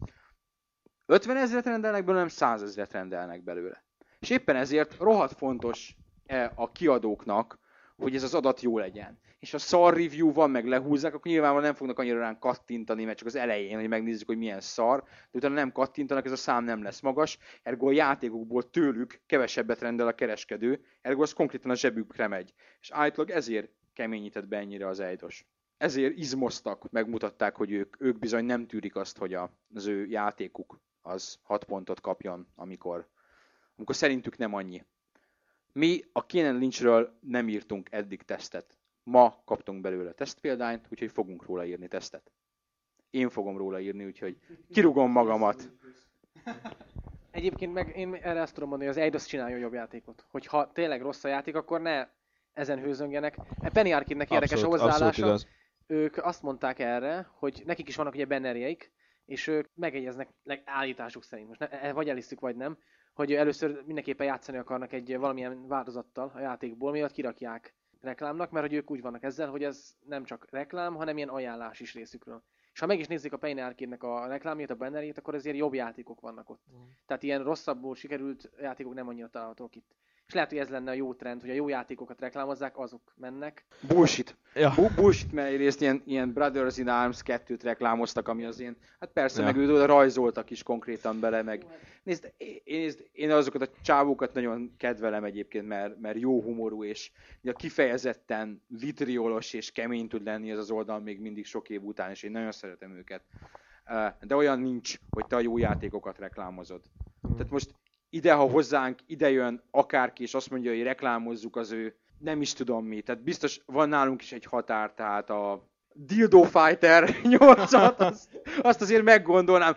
50 000-et rendelnek belőle, hanem 100 000-et rendelnek belőle. És éppen ezért rohadt fontos a kiadóknak, hogy ez az adat jó legyen. És ha szar review van, meg lehúzzák, akkor nyilvánvalóan nem fognak annyira ránk kattintani, mert csak az elején, hogy megnézzük, hogy milyen szar, de utána nem kattintanak, ez a szám nem lesz magas, ergo a játékokból tőlük kevesebbet rendel a kereskedő, ergo az konkrétan a zsebükre megy. És állítólag ezért keményített be ennyire az Eidos. Ezért izmoztak, megmutatták, hogy ők bizony nem tűrik azt, hogy az ő játékuk az 6 pontot kapjon, amikor szerintük nem annyi. Mi a Kane & Lynchről nem írtunk eddig tesztet. Ma kaptunk belőle tesztpéldányt, úgyhogy fogunk róla írni tesztet. Én fogom róla írni, úgyhogy kirúgom magamat. Egyébként meg én erre azt tudom mondani, hogy az Eidos csinálja jobb játékot. Hogyha tényleg rossz a játék, akkor ne ezen hőzöngenek. Penny Arcade-nek érdekes a hozzáállása. Ők azt mondták erre, hogy nekik is vannak ugye bannerjeik, és ők megegyeznek állításuk szerint. Most vagy elisztük, vagy nem, hogy először mindenképpen játszani akarnak egy valamilyen változattal a játékból, miatt kirakják reklámnak, mert hogy ők úgy vannak ezzel, hogy ez nem csak reklám, hanem ilyen ajánlás is részükről. És ha meg is nézzük a Penny Arcade-nek a reklámját, a bannerjét, akkor azért jobb játékok vannak ott. Tehát ilyen rosszabbul sikerült játékok nem annyira találhatók itt. És lehet, hogy ez lenne a jó trend, hogy a jó játékokat reklámozzák, azok mennek. Bullshit. Ja. Bullshit, mert egyrészt ilyen Brothers in Arms 2-t reklámoztak, ami az ilyen, hát persze, meg őt rajzoltak is konkrétan bele, meg. Nézd, én azokat a csávókat nagyon kedvelem egyébként, mert jó humorú, és kifejezetten vitriolos és kemény tud lenni ez az oldal még mindig sok év után, és én nagyon szeretem őket. De olyan nincs, hogy te a jó játékokat reklámozod. Tehát most ide, ha hozzánk idejön akárki, és azt mondja, hogy reklámozzuk az ő, nem is tudom mi. Tehát biztos van nálunk is egy határ, tehát a Dildo Fighter 8-at, azt azért meggondolnám,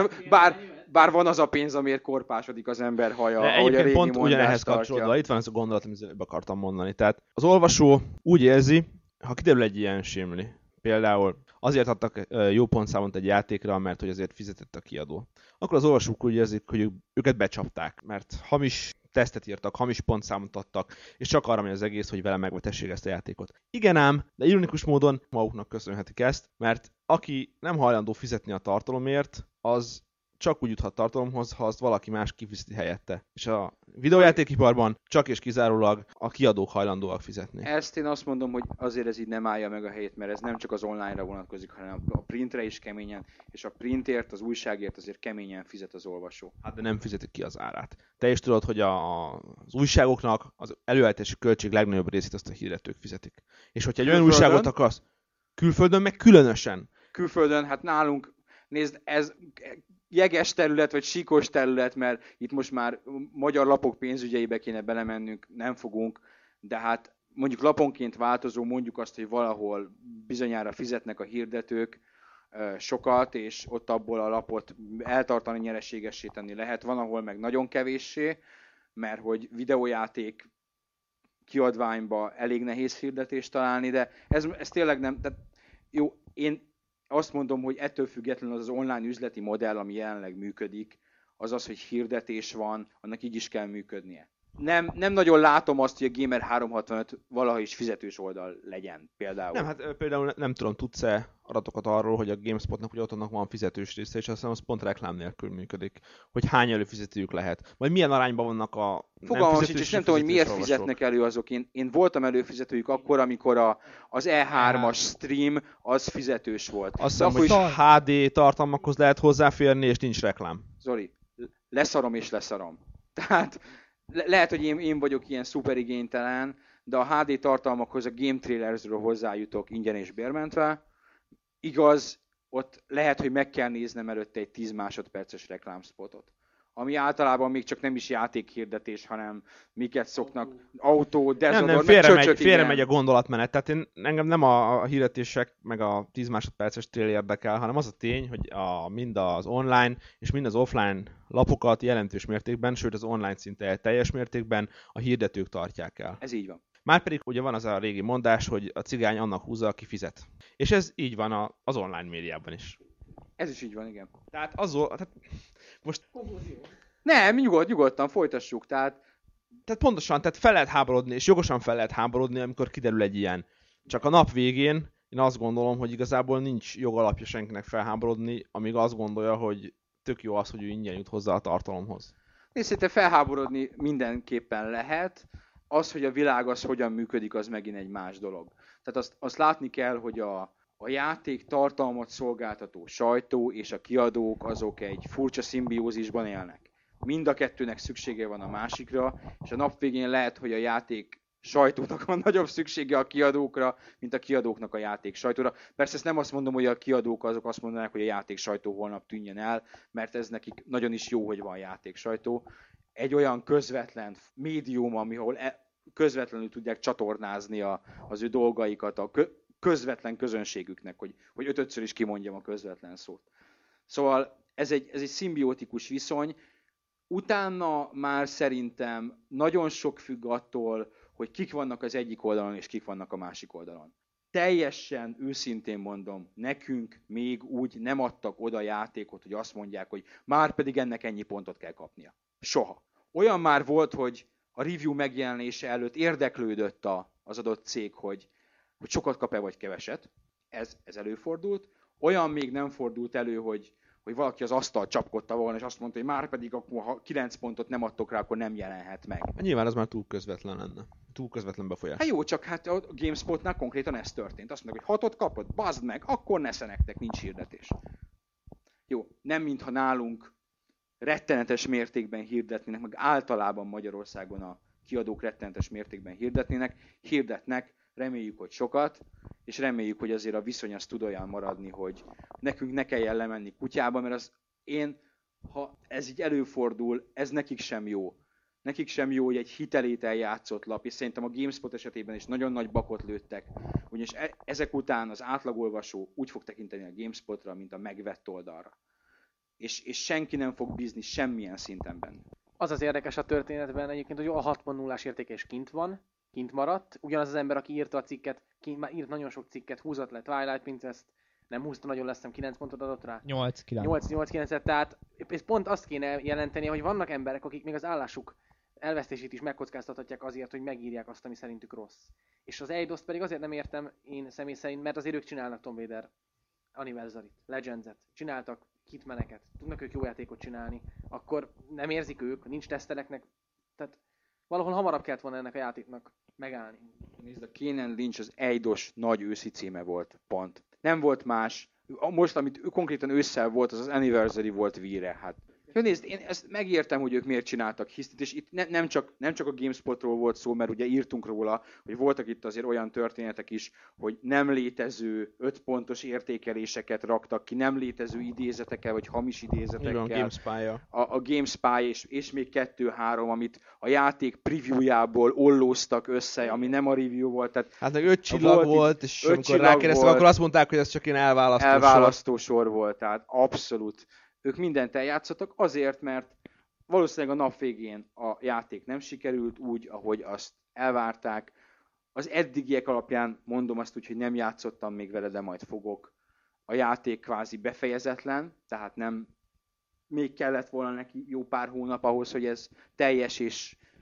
bár van az a pénz, amiért korpásodik az ember haja, ahogy a régi pont ugyanehhez kapcsolódva, itt van ez a gondolat, amit akartam mondani. Tehát az olvasó úgy érzi, ha kiderül egy ilyen simli, például azért adtak jó pontszámot egy játékra, mert hogy azért fizetett a kiadó. Akkor az olvasók úgy érzik, hogy őket becsapták, mert hamis tesztet írtak, hamis pontszámot adtak, és csak arra megy az egész, hogy vele megvetessék ezt a játékot. Igen ám, de ironikus módon maguknak köszönhetik ezt, mert aki nem hajlandó fizetni a tartalomért, az csak úgy juthat tartalomhoz, ha azt valaki más kifizeti helyette. És a videójátékiparban csak és kizárólag a kiadók hajlandóak fizetni. Ezt én azt mondom, hogy azért ez így nem állja meg a helyét, mert ez nem csak az online-ra vonatkozik, hanem a printre is keményen, és a printért, az újságért azért keményen fizet az olvasó. Hát de nem fizetik ki az árát. Te is tudod, hogy az újságoknak az előállítási költség legnagyobb részét azt a hirdetők fizetik. És hogyha egy olyan újságot akarsz, külföldön meg különösen. Külföldön, hát nálunk, nézd, ez jeges terület, vagy síkos terület, mert itt most már magyar lapok pénzügyeibe kéne belemennünk, nem fogunk, de hát mondjuk laponként változó, mondjuk azt, hogy valahol bizonyára fizetnek a hirdetők sokat, és ott abból a lapot eltartani, nyereségessé tenni lehet. Van, ahol meg nagyon kevéssé, mert hogy videójáték kiadványba elég nehéz hirdetést találni, de ez tényleg nem, tehát jó, én azt mondom, hogy ettől függetlenül az online üzleti modell, ami jelenleg működik, az az, hogy hirdetés van, annak így is kell működnie. nem nagyon látom azt, hogy a Gamer 365 valaha is fizetős oldal legyen például. Nem, hát például nem tudom, tudsz-e adatokat arról, hogy a GameSpotnak, hogy otthonnak van fizetős része, és azt hiszem, az pont reklám nélkül működik. Hogy hány előfizetőjük lehet. Vagy milyen arányban vannak a Fogalmam sincs, és nem tudom, hogy miért fizetnek elő azok. Én voltam előfizetőjük akkor, amikor az E3-as stream az fizetős volt. Azt hiszem, hogy HD tartalmakhoz lehet hozzáférni, és nincs reklám. Zoli, leszarom és leszarom. Tehát lehet, hogy én vagyok ilyen szuperigénytelen, de a HD tartalmakhoz a Game Trailersről hozzájutok ingyen és bérmentve. Igaz, ott lehet, hogy meg kell néznem előtte egy 10 másodperces reklámspotot. Ami általában még csak nem is játékhirdetés, hanem miket szoknak, autó, dezodor, félre megy a gondolatmenet. Tehát engem nem a hirdetések meg a 10 másodperces trailer érdekel, hanem az a tény, hogy mind az online és mind az offline lapokat jelentős mértékben, sőt az online szinte teljes mértékben a hirdetők tartják el. Ez így van. Márpedig ugye van az a régi mondás, hogy a cigány annak húzza, aki fizet. És ez így van az online médiában is. Ez is így van, igen. Tehát most... Nem, nyugodtan folytassuk, tehát pontosan, tehát fel lehet háborodni, és jogosan fel lehet háborodni, amikor kiderül egy ilyen. Csak a nap végén én azt gondolom, hogy igazából nincs jogalapja senkinek felháborodni, amíg azt gondolja, hogy tök jó az, hogy ő ingyen jut hozzá a tartalomhoz. Én szerintem felháborodni mindenképpen lehet. Az, hogy a világ az hogyan működik, az megint egy más dolog. Tehát azt látni kell, hogy a játék tartalmat szolgáltató sajtó és a kiadók azok egy furcsa szimbiózisban élnek. Mind a kettőnek szüksége van a másikra, és a nap végén lehet, hogy a játék sajtónak van nagyobb szüksége a kiadókra, mint a kiadóknak a játék sajtóra. Persze ezt nem azt mondom, hogy a kiadók azok azt mondanák, hogy a játék sajtó holnap tűnjön el, mert ez nekik nagyon is jó, hogy van játék sajtó. Egy olyan közvetlen médium, ahol közvetlenül tudják csatornázni az ő dolgaikat a közvetlen közönségüknek, hogy ötödször is kimondjam a közvetlen szót. Szóval ez egy szimbiótikus viszony. Utána már szerintem nagyon sok függ attól, hogy kik vannak az egyik oldalon és kik vannak a másik oldalon. Teljesen őszintén mondom, nekünk még úgy nem adtak oda játékot, hogy azt mondják, hogy már pedig ennek ennyi pontot kell kapnia. Soha. Olyan már volt, hogy a review megjelenése előtt érdeklődött az adott cég, hogy sokat kap-e vagy keveset. Ez előfordult. Olyan még nem fordult elő, hogy valaki az asztal csapkodta volna, és azt mondta, hogy már pedig akkor, ha 9 pontot nem adtok rá, akkor nem jelenhet meg. Nyilván az már túl közvetlen lenne. Túl közvetlen befolyás. Hát jó, csak hát a GameSpotnál konkrétan ez történt. Azt mondják, hogy 6-ot kapod, bazd meg, akkor nesze nektek, nincs hirdetés. Jó, nem mintha nálunk rettenetes mértékben hirdetnének, meg általában Magyarországon a kiadók rettenetes mértékben hirdetnek, reméljük, hogy sokat, és reméljük, hogy azért a viszony az tud olyan maradni, hogy nekünk ne kelljen lemenni kutyába, mert ha ez így előfordul, ez nekik sem jó. Nekik sem jó, hogy egy hitelét eljátszott lap, és szerintem a GameSpot esetében is nagyon nagy bakot lőttek, ugyanis ezek után az átlagolvasó úgy fog tekinteni a GameSpotra, mint a megvett oldalra. És senki nem fog bízni semmilyen szinten benne. Az az érdekes a történetben egyébként, hogy a 60-0-ás értékes kint maradt. Ugyanaz az ember, aki írta a cikket, már írt nagyon sok cikket, húzott le Twilight Princess-t, nem húzta nagyon, lesz, 9 pontot adott rá. 8-9-et, tehát és pont azt kéne jelenteni, hogy vannak emberek, akik még az állásuk elvesztését is megkockáztathatják azért, hogy megírják azt, ami szerintük rossz. És az Eidos-t pedig azért nem értem én személy szerint, mert azért ők csinálnak Tomb Raider Anniversary-t, Legends-et, csináltak Hitmaneket, tudnak ők jó játékot csinálni, akkor nem érzik ők, nincs teszteleknek, tehát valahol hamarabb kellett volna ennek a játéknak megállni. Nézd, a Kane & Lynch az Eidos nagy őszi címe volt, pont. Nem volt más. Most, amit konkrétan ősszel volt, az Anniversary volt Wii-re. Hát. Jó, nézd, én ezt megértem, hogy ők miért csináltak hisztit, és itt nem csak a GameSpotról volt szó, mert ugye írtunk róla, hogy voltak itt azért olyan történetek is, hogy nem létező 5 pontos értékeléseket raktak ki, nem létező idézetekkel, vagy hamis idézetekkel. Igen, a GameSpy-ja. A GameSpy és még 2-3, amit a játék previewjából ollóztak össze, ami nem a review volt. Tehát hát meg 5 csillag volt, és amikor rákérdeztem, akkor azt mondták, hogy ez csak ilyen elválasztó sor volt, tehát abszolút. Ők mindent eljátszottak azért, mert valószínűleg a nap végén a játék nem sikerült úgy, ahogy azt elvárták. Az eddigiek alapján mondom azt úgy, hogy nem játszottam még vele, de majd fogok. A játék kvázi befejezetlen, tehát nem még kellett volna neki jó pár hónap ahhoz, hogy ez teljes és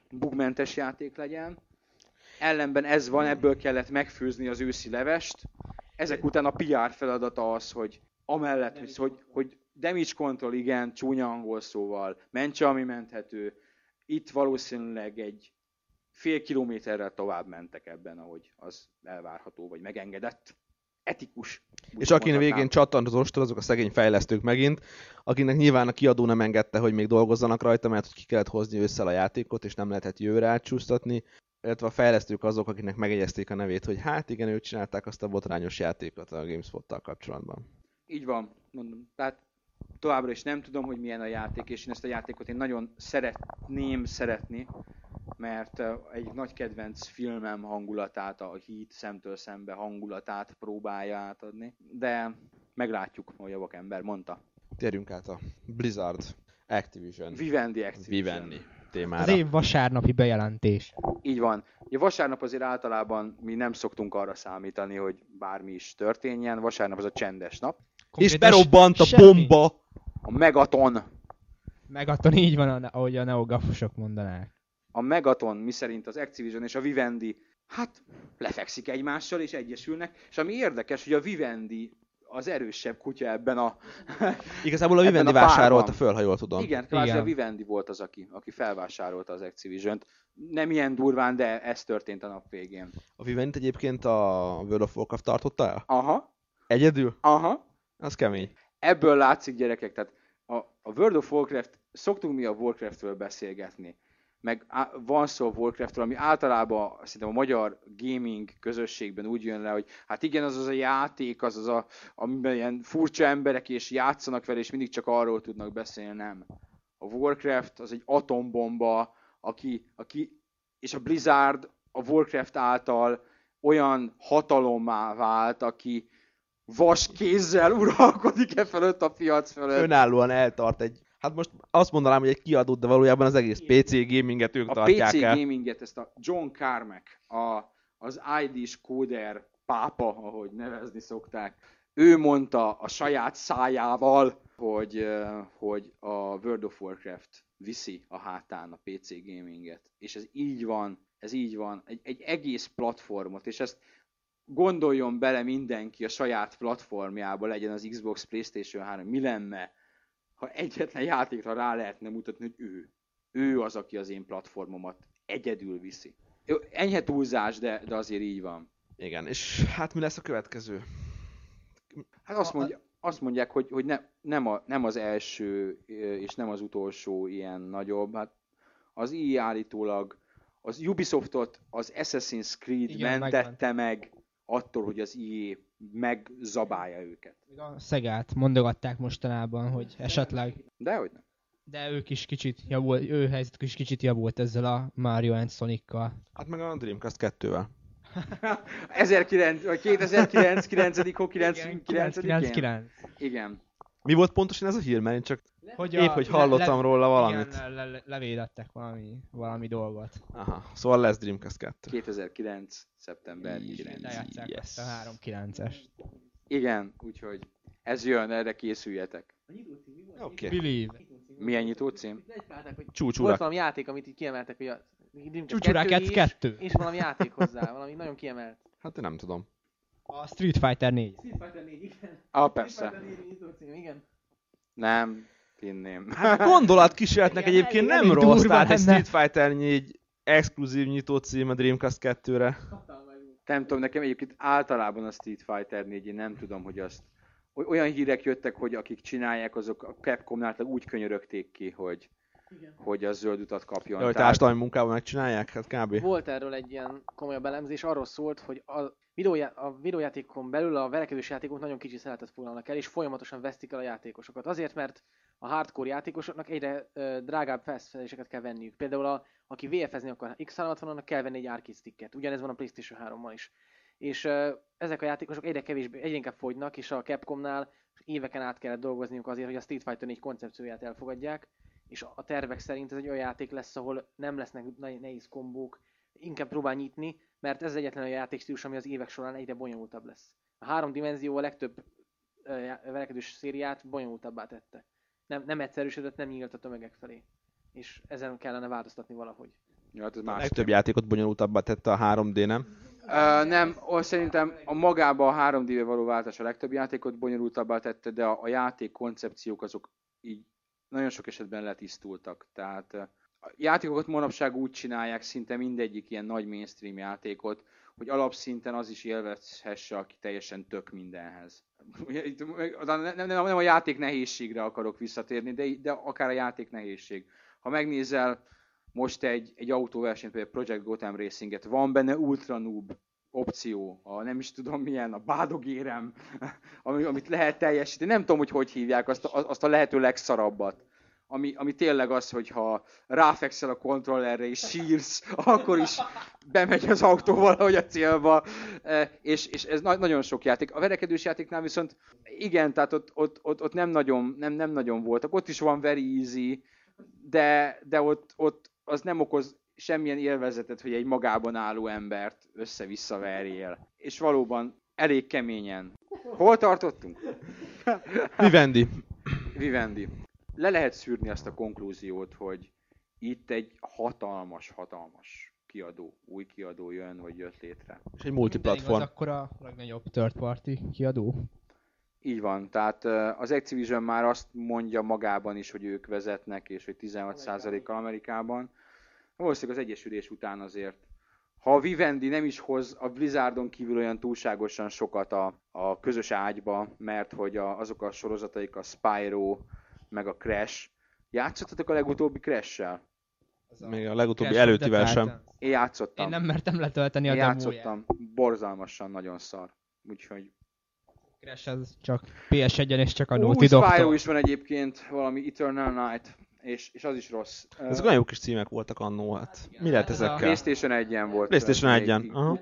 bugmentes játék legyen. Ellenben ez van, ebből kellett megfőzni az őszi levest. Ezek után a PR feladata az, hogy amellett, hogy damage control, igen, csúnya angol szóval, mentse, ami menthető. Itt valószínűleg egy fél kilométerrel tovább mentek ebben, ahogy az elvárható, vagy megengedett. Etikus. És akin végén csattant az ostor, azok a szegény fejlesztők megint, akinek nyilván a kiadó nem engedte, hogy még dolgozzanak rajta, mert ki kellett hozni ősszel a játékot, és nem lehetett jövőre átcsúsztatni. Illetve a fejlesztők azok, akiknek megegyezték a nevét, hogy hát igen, ők csinálták azt a botrányos játékot a GameSpot-tal kapcsolatban. Így van, mondom. Tehát továbbra is nem tudom, hogy milyen a játék, és én ezt a játékot nagyon szeretném szeretni, mert egy nagy kedvenc filmem hangulatát, a Heat szemtől szembe hangulatát próbálja átadni, de meglátjuk, ahogy a vakember mondta. Térjünk át a Blizzard Activision. Vivendi Activision. Témára. Az év vasárnapi bejelentés. Így van. Ja, vasárnap azért általában mi nem szoktunk arra számítani, hogy bármi is történjen. Vasárnap az a csendes nap. És berobbant a bomba! A Megaton. Megaton, így van, ahogy a neogafosok mondanák. A Megaton, miszerint az Activision és a Vivendi, hát lefekszik egymással és egyesülnek. És ami érdekes, hogy a Vivendi az erősebb kutya ebben a Igazából a Vivendi vásárolta föl, ha jól tudom. Igen, kvázi a Vivendi volt az, aki felvásárolta az Activision-t. Nem ilyen durván, de ez történt a nap végén. A Vivendi egyébként a World of Warcraft tartotta el? Aha. Egyedül? Aha. Az kemény. Ebből látszik, gyerekek, tehát a World of Warcraft, szoktunk mi a Warcraftről beszélgetni, meg van szó a Warcraftről, ami általában szerintem a magyar gaming közösségben úgy jön le, hogy hát igen, az a játék, amiben ilyen furcsa emberek és játszanak vele, és mindig csak arról tudnak beszélni, nem. A Warcraft az egy atombomba, és a Blizzard a Warcraft által olyan hatalommá vált, aki vas kézzel uralkodik felett a piac felett. Önállóan eltart egy... Hát most azt mondanám, hogy egy kiadót, de valójában az egész PC gaminget ők tartják el. A PC gaminget, ezt a John Carmack, az ID-s kóder pápa, ahogy nevezni szokták, ő mondta a saját szájával, hogy a World of Warcraft viszi a hátán a PC gaminget. És ez így van, egy egész platformot, és ezt gondoljon bele mindenki a saját platformjába, legyen az Xbox, PlayStation 3, mi lenne, ha egyetlen játékra rá lehetne mutatni, hogy ő az, aki az én platformomat egyedül viszi. Enyhe túlzás, de azért így van. Igen, és hát mi lesz a következő? Hát azt mondják, hogy nem az első és nem az utolsó ilyen nagyobb. Hát az EA állítólag az Ubisoftot az Assassin's Creed mentette meg attól, hogy az EA megzabálja őket. A Szegát mondogatták mostanában, hogy esetleg... Dehogy nem. De ők is kicsit javult, ő helyzetük is kicsit javult ezzel a Mario and Sonic-kal. Hát meg a Dreamcast 2-vel. 2009, 9. Igen. Mi volt pontosan ez a hír? Mert én csak hogy hallottam róla valamit. Igen, levédettek valami dolgot. Aha, szóval lesz Dreamcast 2. 2009. szeptember 9. Lejátszák ezt a 3.9-est. Igen, úgyhogy ez jön, erre készüljetek. Oké. Believe. Milyen nyitócím? Csúcsúrak. Volt valami játék, amit így kiemeltek, hogy a Csúcsúráket 2. És valami játék hozzá, valami nagyon kiemelt. Hát én nem tudom. A Street Fighter 4. Street Fighter 4, igen. Persze. Street Fighter 4 nyitócím, igen. Nem, hinném. Hát gondolatkísérletnek Igen, egyébként elég nem rossz, durva tehát egy lenne. Street Fighter 4 exkluzív nyitócím a Dreamcast 2-re. Nem tudom, nekem egyébként általában a Street Fighter 4, én nem tudom, hogy azt... Olyan hírek jöttek, hogy akik csinálják, azok a Capcomnál úgy könyörögték ki, hogy az zöld utat kapjon. Hogy társadalmi munkában megcsinálják? Hát kb. Volt erről egy ilyen komolyabb elemzés, arról szólt, hogy a videójátékon belül a verekedős játékok nagyon kicsi szeretet foglalnak el, és folyamatosan vesztik el a játékosokat. Azért, mert a hardcore játékosoknak egyre drágább felszereléseket kell venniük. Például aki VF-ezni akar X360, annak kell venni egy arcade sticket. Ugyanez van a PlayStation 3-mal is. És ezek a játékosok egyre inkább fogynak, és a Capcomnál éveken át kellett dolgozniuk azért, hogy a Street Fighter 4 koncepcióját elfogadják. És a tervek szerint ez egy olyan játék lesz, ahol nem lesznek nehéz kombók, inkább próbál nyitni, mert ez egyetlen a játékstílus, ami az évek során egyre bonyolultabb lesz. A 3 dimenzió a legtöbb verekedős szériát bonyolultabbá tette. Nem egyszerűsödött, nem nyílt a tömegek felé. És ezen kellene változtatni valahogy. Ja, hát ez A más legtöbb téma. játékot bonyolultabbá tette a 3D, nem? Nem, szerintem a magába a 3D-be való váltás a legtöbb játékot bonyolultabbá tette, de a játék koncepciók azok így nagyon sok esetben letisztultak. Tehát a játékokat manapság úgy csinálják, szinte mindegyik ilyen nagy mainstream játékot, hogy alapszinten az is élvezhesse, aki teljesen tök mindenhez. Nem a játék nehézségre akarok visszatérni, de akár a játék nehézség. Ha megnézel most egy autóversenyt, például Project Gotham Racinget, van benne ultra noob opció, nem is tudom milyen, a bádogérem, amit lehet teljesíteni. Nem tudom, hogy hívják azt a lehető legszarabbat. Ami tényleg az, hogyha ráfekszel a kontrollerre és sírsz, akkor is bemegy az autó valahogy a célba. És ez nagyon sok játék. A verekedős játéknál viszont igen, tehát ott nem nagyon voltak. Ott is van very easy, de ott az nem okoz semmilyen élvezetet, hogy egy magában álló embert össze-vissza verjél. És valóban elég keményen. Hol tartottunk? Vivendi. Le lehet szűrni azt a konklúziót, hogy itt egy hatalmas új kiadó jön, vagy jött létre. És egy multiplatform. Az akkor a legnagyobb third party kiadó. Így van, tehát az Activision már azt mondja magában is, hogy ők vezetnek, és hogy 16%-kal Amerikában. Valószínűleg az egyesülés után azért, ha a Vivendi nem is hoz a Blizzardon kívül olyan túlságosan sokat a közös ágyba, mert hogy azok a sorozataik, a Spyro, meg a Crash. Játszottatok a legutóbbi Crash-sel? Még a legutóbbi előttivel sem. Én játszottam. Én nem mertem letölteni a demóját. Játszottam. Borzalmasan nagyon szar. Úgyhogy... Crash az csak PS1-en és csak a Naughty Új Dog-tól. Spyro is van egyébként, valami Eternal Night, és az is rossz. Ezek olyan jó kis címek voltak annó, hát. Mi lehet ezekkel? PlayStation 1-en volt. PlayStation 1-en, aha.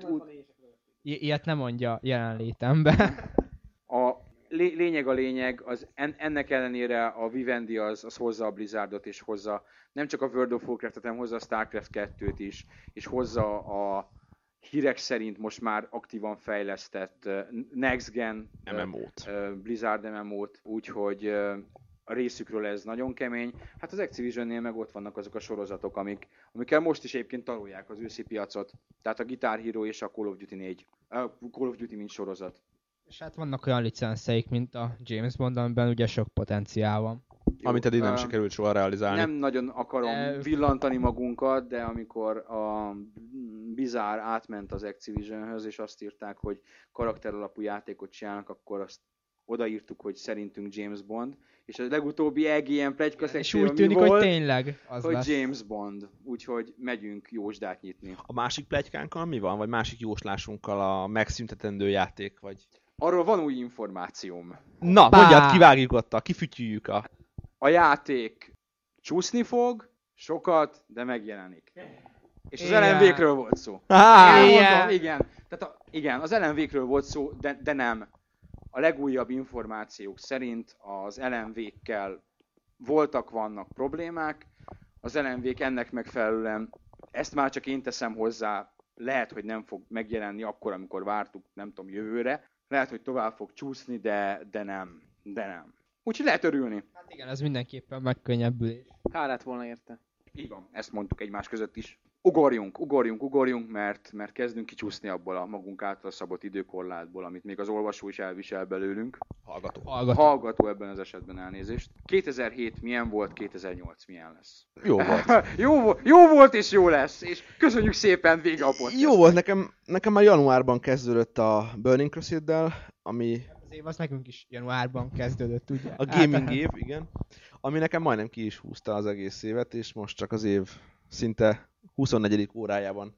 Ilyet nem mondja jelenlétembe. A lényeg, ennek ellenére a Vivendi az hozza a Blizzardot, és hozza nem csak a World of Warcraft-et, hanem hozza a Starcraft 2-t is, és hozza a hírek szerint most már aktívan fejlesztett Next Gen MMO-t. Blizzard MMO-t, úgyhogy a részükről ez nagyon kemény. Hát az Activisionnél meg ott vannak azok a sorozatok, amikkel most is egyébként tarolják az őszi piacot. Tehát a Guitar Hero és a Call of Duty 4. Call of Duty mint sorozat. És hát vannak olyan licenszeik, mint a James Bond, amiben ugye sok potenciál van. Jó, amit eddig nem sikerült soha realizálni. Nem nagyon akarom villantani magunkat, de amikor a Bizarre átment az Activisionhöz, és azt írták, hogy karakteralapú játékot csinálnak, akkor azt odaírtuk, hogy szerintünk James Bond, és a legutóbbi EGM pletyka szekció, és úgy tűnik, volt, hogy tényleg az hogy lesz. James Bond, úgyhogy megyünk jósdát nyitni. A másik pletykánkkal mi van? Vagy másik jóslásunkkal a megszüntetendő játék? Vagy... Arról van új információm. Na, mondjad, kivágjuk ott, kifütyüljük A játék csúszni fog, sokat, de megjelenik. És az LMV-kről volt szó. Igen. Tehát igen, az LMV-kről volt szó, de nem. A legújabb információk szerint az LMV-kkel vannak problémák. Az LMV-k ennek megfelelően, ezt már csak én teszem hozzá, lehet, hogy nem fog megjelenni akkor, amikor vártuk, nem tudom, jövőre. Lehet, hogy tovább fog csúszni, de nem. Úgyhogy lehet örülni. Hát igen, ez mindenképpen megkönnyebbülés. Hálát volna érte. Így van, ezt mondtuk egymás között is. Ugorjunk, mert kezdünk kicsúszni abból a magunk által szabott időkorlátból, amit még az olvasó is elvisel belőlünk. Hallgató ebben az esetben, elnézést. 2007 milyen volt, 2008 milyen lesz? Jó volt. jó volt és jó lesz, és köszönjük szépen, vége a podcast. Jó volt, nekem már januárban kezdődött a Burning Crusade-del, ami... Az év az nekünk is januárban kezdődött, ugye? A gaming év, igen. Ami nekem majdnem ki is húzta az egész évet, és most csak az év szinte 24. órájában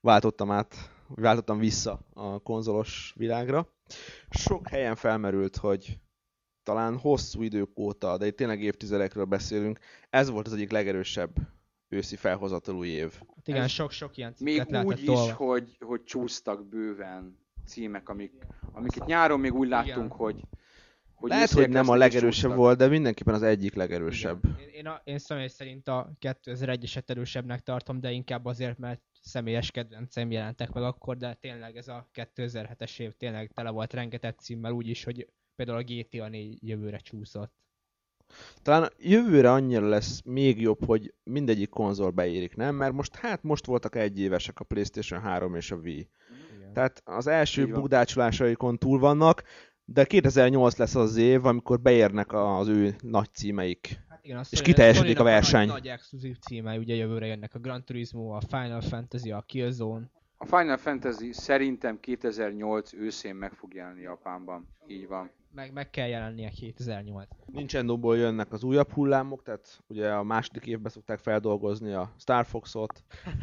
váltottam vissza a konzolos világra. Sok helyen felmerült, hogy talán hosszú idők óta, de itt tényleg évtizedekről beszélünk, ez volt az egyik legerősebb őszi felhozatalú év. Hát igen, sok ilyen cikket lehetett még úgy is, hogy csúsztak bőven címek, amiket nyáron még úgy láttunk, hogy lehet, hogy nem a legerősebb volt, de mindenképpen az egyik legerősebb. Én személy szerint a 2001-eset erősebbnek tartom, de inkább azért, mert személyes kedvencem jelentek meg akkor, de tényleg ez a 2007-es év tényleg tele volt rengeteg címmel, úgyis, hogy például a GTA 4 jövőre csúszott. Talán jövőre annyira lesz még jobb, hogy mindegyik konzol beérik, nem? Mert most voltak egyévesek a PlayStation 3 és a Wii. Igen. Tehát az első Így van. bukdácsolásaikon túl vannak, de 2008 lesz az év, amikor beérnek az ő nagy címeik. Hát igen, És kiteljesedik a verseny. Nagy exkluzív címei, ugye jövőre jönnek a Gran Turismo, a Final Fantasy, a Killzone. A Final Fantasy szerintem 2008 őszén meg fog jelenni Japánban. Így van. Meg kell jelennie 2008. Nintendo-ból jönnek az újabb hullámok, tehát ugye a második évben szokták feldolgozni a Star Foxot.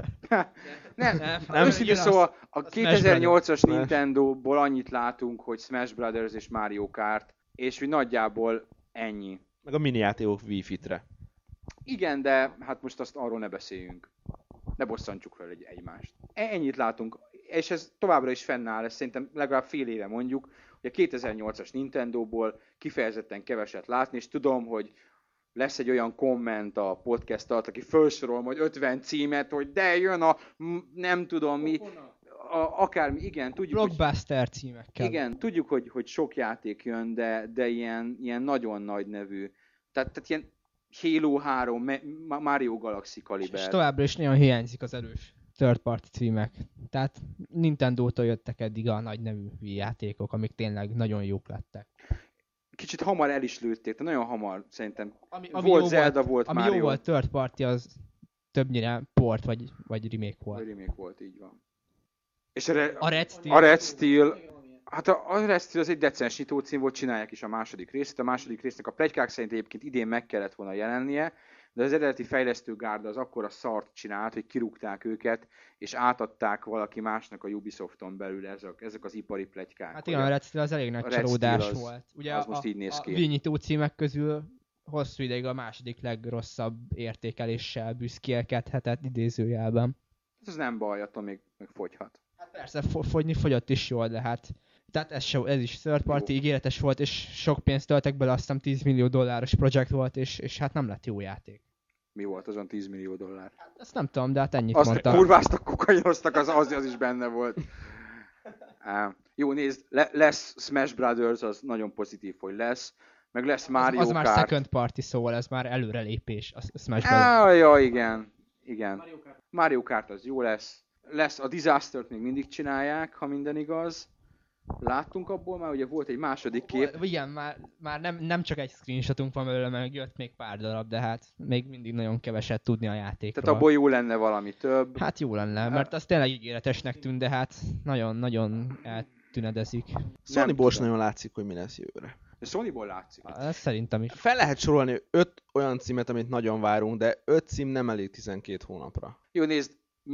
Nem, Nem, őszintén igen, szóval a Smash 2008-as Brothers. Nintendo-ból annyit látunk, hogy Smash Brothers és Mario Kart, és úgy nagyjából ennyi. Meg a mini játékok Wii Fit-re. Igen, de hát most azt arról ne beszéljünk. Ne bosszantsuk fel egymást. Ennyit látunk, és ez továbbra is fennáll, ezt szerintem legalább fél éve mondjuk, hogy a 2008-as Nintendo-ból kifejezetten keveset látni, és tudom, hogy lesz egy olyan komment a podcast alatt, aki felsorol majd 50 címet, hogy de jön a nem tudom mi, akármi, igen, tudjuk, hogy, Blockbuster címekkel. igen, tudjuk, hogy sok játék jön, de ilyen nagyon nagy nevű, tehát ilyen Halo 3, Mario Galaxy És kaliber. továbbra is nagyon hiányzik az erős third party címek. Tehát Nintendo-tól jöttek eddig a nagy nevű Wii játékok, amik tényleg nagyon jók lettek. Kicsit hamar el is lőtték, de nagyon hamar szerintem. Ami Volt jó Zelda, volt ami Mario. jó volt third party, az többnyire port vagy remake volt. A remake volt, így van. És a Red Steel, A Red Steel, hát a Red Steel az egy decens nyitócím volt, csinálják is a második részt. A második résznek a pletykák szerint egyébként idén meg kellett volna jelennie, de az eredeti fejlesztőgárda az akkora szart csinált, hogy kirúgták őket, és átadták valaki másnak a Ubisofton belül ezek az ipari pletykák. Hát igen, a Red Steel az elég nagy a Red csalódás Steel volt. Ugye az most így néz ki. A Wii nyitó címek közül hosszú ideig a második legrosszabb értékeléssel büszkélkedhetett idézőjelben. Ez nem baj, attól még fogyhat. Hát persze, fogyni fogyott is jól, de hát tehát ez is third party, ígéretes volt, és sok pénzt töltek bele, azt hiszem $10 millió projekt volt, és hát nem lett jó játék. Mi volt azon $10 millió? Ezt nem tudom, de hát ennyit Azt mondtam. kurváztak, kokainoztak, az is benne volt. Jó, nézd, lesz Smash Brothers, az nagyon pozitív, hogy lesz. Meg lesz Mario az Kart. már second party, szóval ez már előrelépés a Smash Brothers. Ja, igen. Mario Kart az jó lesz. Lesz a Disastert még mindig csinálják, ha minden igaz. Láttunk abból már, ugye volt egy második kép. Igen, már nem csak egy screenshotunk van belőle, meg jött még pár darab, de hát még mindig nagyon keveset tudni a játékról. Tehát abból jó lenne valami több. Hát jó lenne, mert az tényleg ígéretesnek tűnt, de hát nagyon eltünedezik. Sonyból sem tudom. nagyon látszik, hogy mi lesz jövőre. De Sonyból látszik. Ez szerintem is. Fel lehet sorolni 5 olyan címet, amit nagyon várunk, de 5 cím nem elég 12 hónapra. Jó, nézd,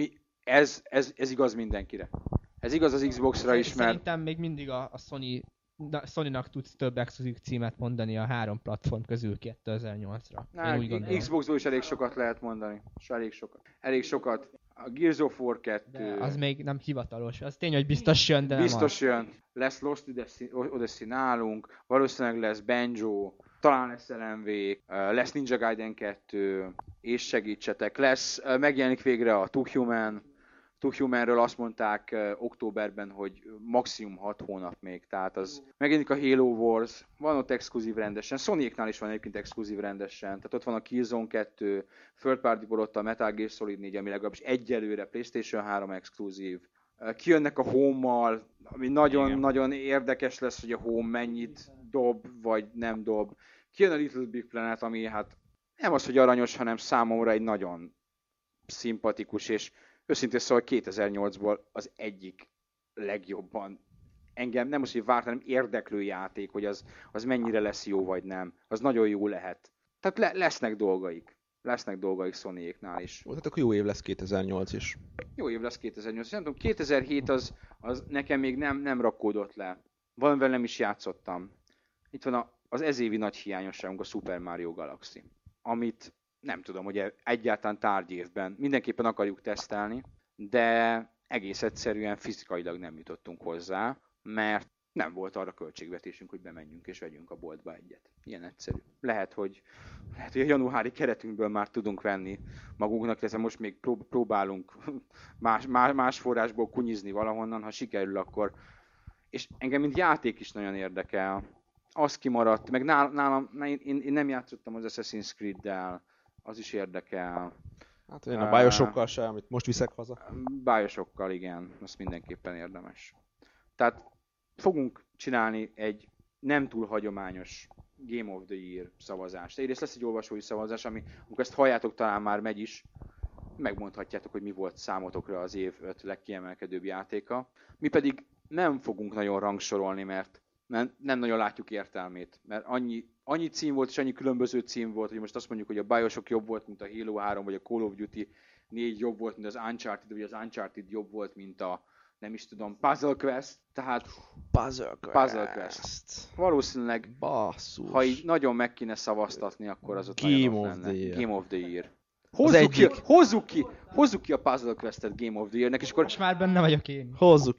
ez igaz mindenkire. Ez igaz az Xbox-ra is, mert Szerintem még mindig a Sony-nak tudsz több exkluzív címet mondani a 3 platform közül 2008-ra. Én úgy gondolom. Xboxból is elég sokat lehet mondani. Elég sokat. A Gears of War 2. De az még nem hivatalos. Az tény, hogy biztos jön, de biztos nem jön. Lesz Lost Odyssey nálunk, valószínűleg lesz Banjo, talán lesz LMV, lesz Ninja Gaiden 2, és segítsetek. Megjelenik végre a Two Humanről azt mondták októberben, hogy maximum 6 hónap még, tehát az megjelenik a Halo Wars, van ott exkluzív rendesen, Sony-éknál is van egyébként exkluzív rendesen, tehát ott van a Killzone 2, Third Party-ból ott a Metal Gear Solid 4, ami legalábbis egyelőre PlayStation 3 exkluzív. Kijönnek a Home-mal, ami nagyon érdekes lesz, hogy a Home mennyit dob, vagy nem dob. Kijön a Little Big Planet, ami hát nem az, hogy aranyos, hanem számomra egy nagyon szimpatikus, és őszintén szóval 2008-ból az egyik legjobban engem nem az, hogy várt, hanem érdeklő játék, hogy az mennyire lesz jó, vagy nem. Az nagyon jó lehet. Tehát lesznek dolgaik Sony-éknál is. Tehát akkor jó év lesz 2008 is. Jó év lesz 2008. Nem tudom, 2007 az nekem még nem rakódott le. Valamivel nem is játszottam. Itt van az ezévi nagy hiányosságunk, a Super Mario Galaxy. Amit nem tudom, hogy egyáltalán tárgyévben mindenképpen akarjuk tesztelni, de egész egyszerűen fizikailag nem jutottunk hozzá, mert nem volt arra költségvetésünk, hogy bemenjünk és vegyünk a boltba egyet. Ilyen egyszerű. Lehet, hogy a januári keretünkből már tudunk venni magunknak, illetve most még próbálunk más forrásból kunyizni valahonnan, ha sikerül, akkor... És engem mint játék is nagyon érdekel. az kimaradt, meg nálam én nem játszottam az Assassin's Creed-del, az is érdekel. Hát én a Bioshockkal sem, amit most viszek haza. Bioshockkal, igen, az mindenképpen érdemes. Tehát fogunk csinálni egy nem túl hagyományos Game of the Year szavazást. Egyrészt lesz egy olvasói szavazás, amikor ezt halljátok, talán már megy is. Megmondhatjátok, hogy mi volt számotokra az év 5 legkiemelkedőbb játéka. Mi pedig nem fogunk nagyon rangsorolni, mert nem nagyon látjuk értelmét. Mert annyi cím volt, és annyi különböző cím volt, hogy most azt mondjuk, hogy a Bioshock jobb volt, mint a Halo 3, vagy a Call of Duty 4 jobb volt, mint az Uncharted, vagy az Uncharted jobb volt, mint a nem is tudom, Puzzle Quest, tehát Puzzle Quest. Valószínűleg, basszus. Ha így nagyon meg kéne szavaztatni, akkor az ott Game of the Year. Game of the Year. Hozzuk ki a Puzzle Questet Game of the Year-nek, és akkor... Most már benne vagyok én. Hozzuk.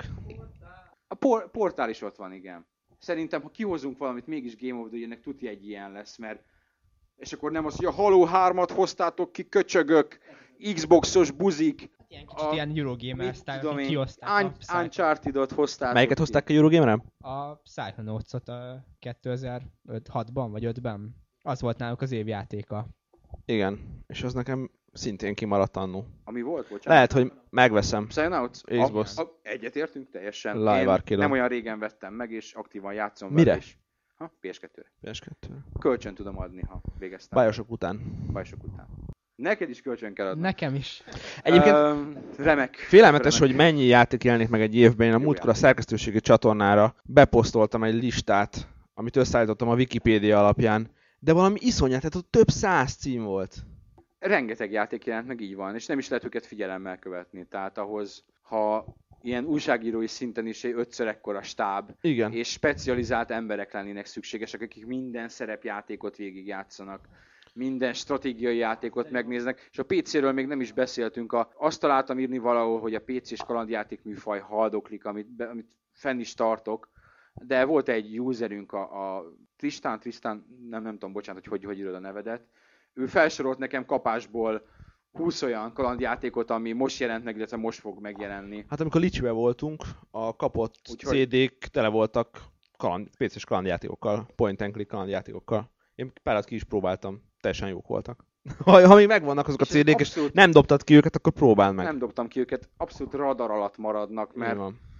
A portál is ott van, igen. Szerintem, ha kihozunk valamit, mégis Game of the Year-nek tuti egy ilyen lesz, mert... És akkor nem az, hogy a Halo 3-at hoztátok ki, köcsögök, Xboxos buzik. Ilyen kicsit ilyen Eurogamer style, akik kihozták a Uncharted-ot hoztátok. Melyiket hozták a Eurogamer-re? A Psychonauts-ot a 2006-ban vagy 5-ben. Az volt náluk az évjátéka. Igen, és az nekem szintén kimaradt annó. Ami volt, bocsánat. Lehet, hogy megveszem. Psychonauts? Xbox. Egyetértünk teljesen. Live Arcade-on. Nem olyan régen vettem meg, és aktívan játszom Mire? vele is. PS2-re. PS2-re. Kölcsön tudom adni, ha végeztem. Bioshock után. Bioshock után. Neked is kölcsön kell adni. Nekem is. Egyébként remek. Félelmetes, remek. hogy mennyi játék jelenik meg egy évben. Én a múltkor a szerkesztőségi csatornára beposztoltam egy listát, amit összeállítottam a Wikipédia alapján, de valami iszonyat, tehát ott több 100 cím volt. Rengeteg játék jelent meg, így van, és nem is lehet őket figyelemmel követni. Tehát ahhoz, ha ilyen újságírói szinten is egy 5-ször ekkora stáb, Igen. és specializált emberek lennének szükségesek, akik minden szerepjátékot végigjátszanak, minden stratégiai játékot megnéznek, és a PC-ről még nem is beszéltünk. Azt találtam írni valahol, hogy a PC-s kalandjáték műfaj haldoklik, amit fenn is tartok, de volt egy userünk, a Tristan, nem tudom, bocsánat, hogy írod a nevedet, ő felsorolt nekem kapásból 20 olyan kalandjátékot, ami most jelent meg, illetve most fog megjelenni. Hát amikor Licsibe voltunk, a kapott CD-k tele voltak PC-s kalandjátékokkal, point and click kalandjátékokkal. Én párat ki is próbáltam, teljesen jók voltak. Ha még megvannak azok a CD-k, és nem dobtad ki őket, akkor próbáld meg. Nem dobtam ki őket, abszolút radar alatt maradnak, mert...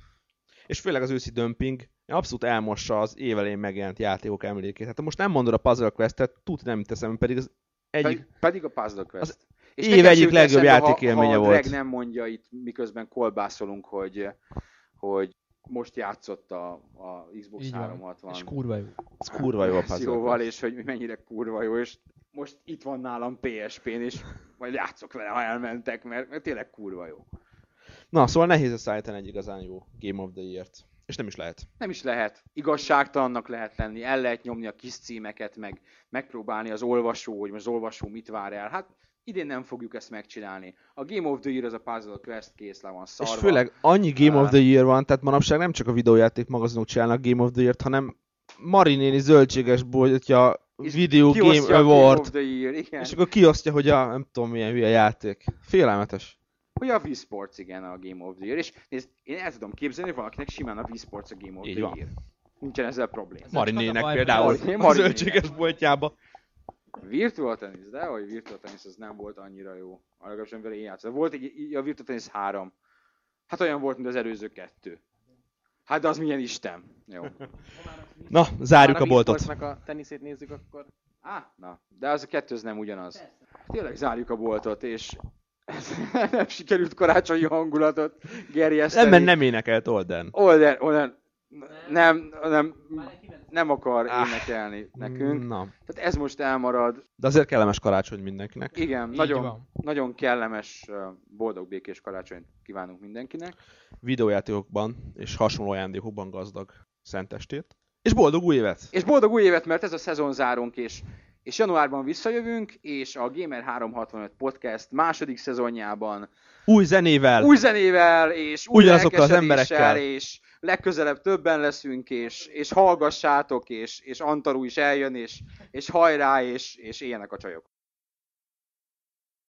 És főleg az őszi dömping abszolút elmossa az évelején megjelent játékok emlékét. Hát most nem mondod a Puzzle Quest-et, tudni nem teszem, pedig az egyik... Pedig a Puzzle Quest. Az év egyik legjobb játékélménye volt. Ha Greg nem mondja itt, miközben kolbászolunk, hogy most játszott a Xbox 360. És kurva jó. Ez kurva jó a Puzzle Quest. És hogy mennyire kurva jó, és most itt van nálam PSP-n, és majd játszok vele, ha elmentek, mert tényleg kurva jó. Na, szóval nehéz összeállítani egy igazán jó Game of the Year-t. És nem is lehet. Nem is lehet. Igazságtalannak lehet lenni, el lehet nyomni a kis címeket, megpróbálni az olvasó, hogy most az olvasó mit vár el. Hát idén nem fogjuk ezt megcsinálni. A Game of the Year az a Puzzle Quest, kész, le van szarva. És főleg annyi Game of the Year van, tehát manapság nem csak a videójáték magazinok csinálnak Game of the Year-t, hanem Mari néni zöldséges boltja Video Game Award. És akkor kiosztja, hogy nem tudom milyen hülye játék. Félelmetes. Hogy a Wii Sports, igen, a Game of the Year. És nézd, én el tudom képzelni, hogy valakinek simán a Wii Sports a Game of the Year. Nincsen ezzel probléma. Marinének például a zöldséges boltjába. Virtual Tennis, de hogy Virtual Tennis az nem volt annyira jó. Legalábbis nem vele én játszottam. Volt a Virtual Tennis 3. Hát olyan volt, mint az előző 2. Hát de az milyen Isten. Jó. Na, zárjuk a boltot. Ha a teniszét nézzük, akkor... Na, de az a 2 az nem ugyanaz. Persze. Tényleg zárjuk a boltot, és nem sikerült karácsonyi hangulatot gerjeszteni. Nem énekelt Olden. Olden nem akar énekelni nekünk. Na. Tehát ez most elmarad. De azért kellemes karácsony mindenkinek. Igen, nagyon kellemes, boldog, békés karácsonyt kívánunk mindenkinek. Videójátékokban és hasonló ajándékokban gazdag szentestét. És boldog új évet! És boldog új évet, mert ez a szezonzárunk, és januárban visszajövünk, és a Gamer 365 Podcast második szezonjában új zenével, és új ugyanazokkal az emberekkel, és legközelebb többen leszünk, és hallgassátok, és Antaru is eljön, és hajrá, és éljenek a csajok.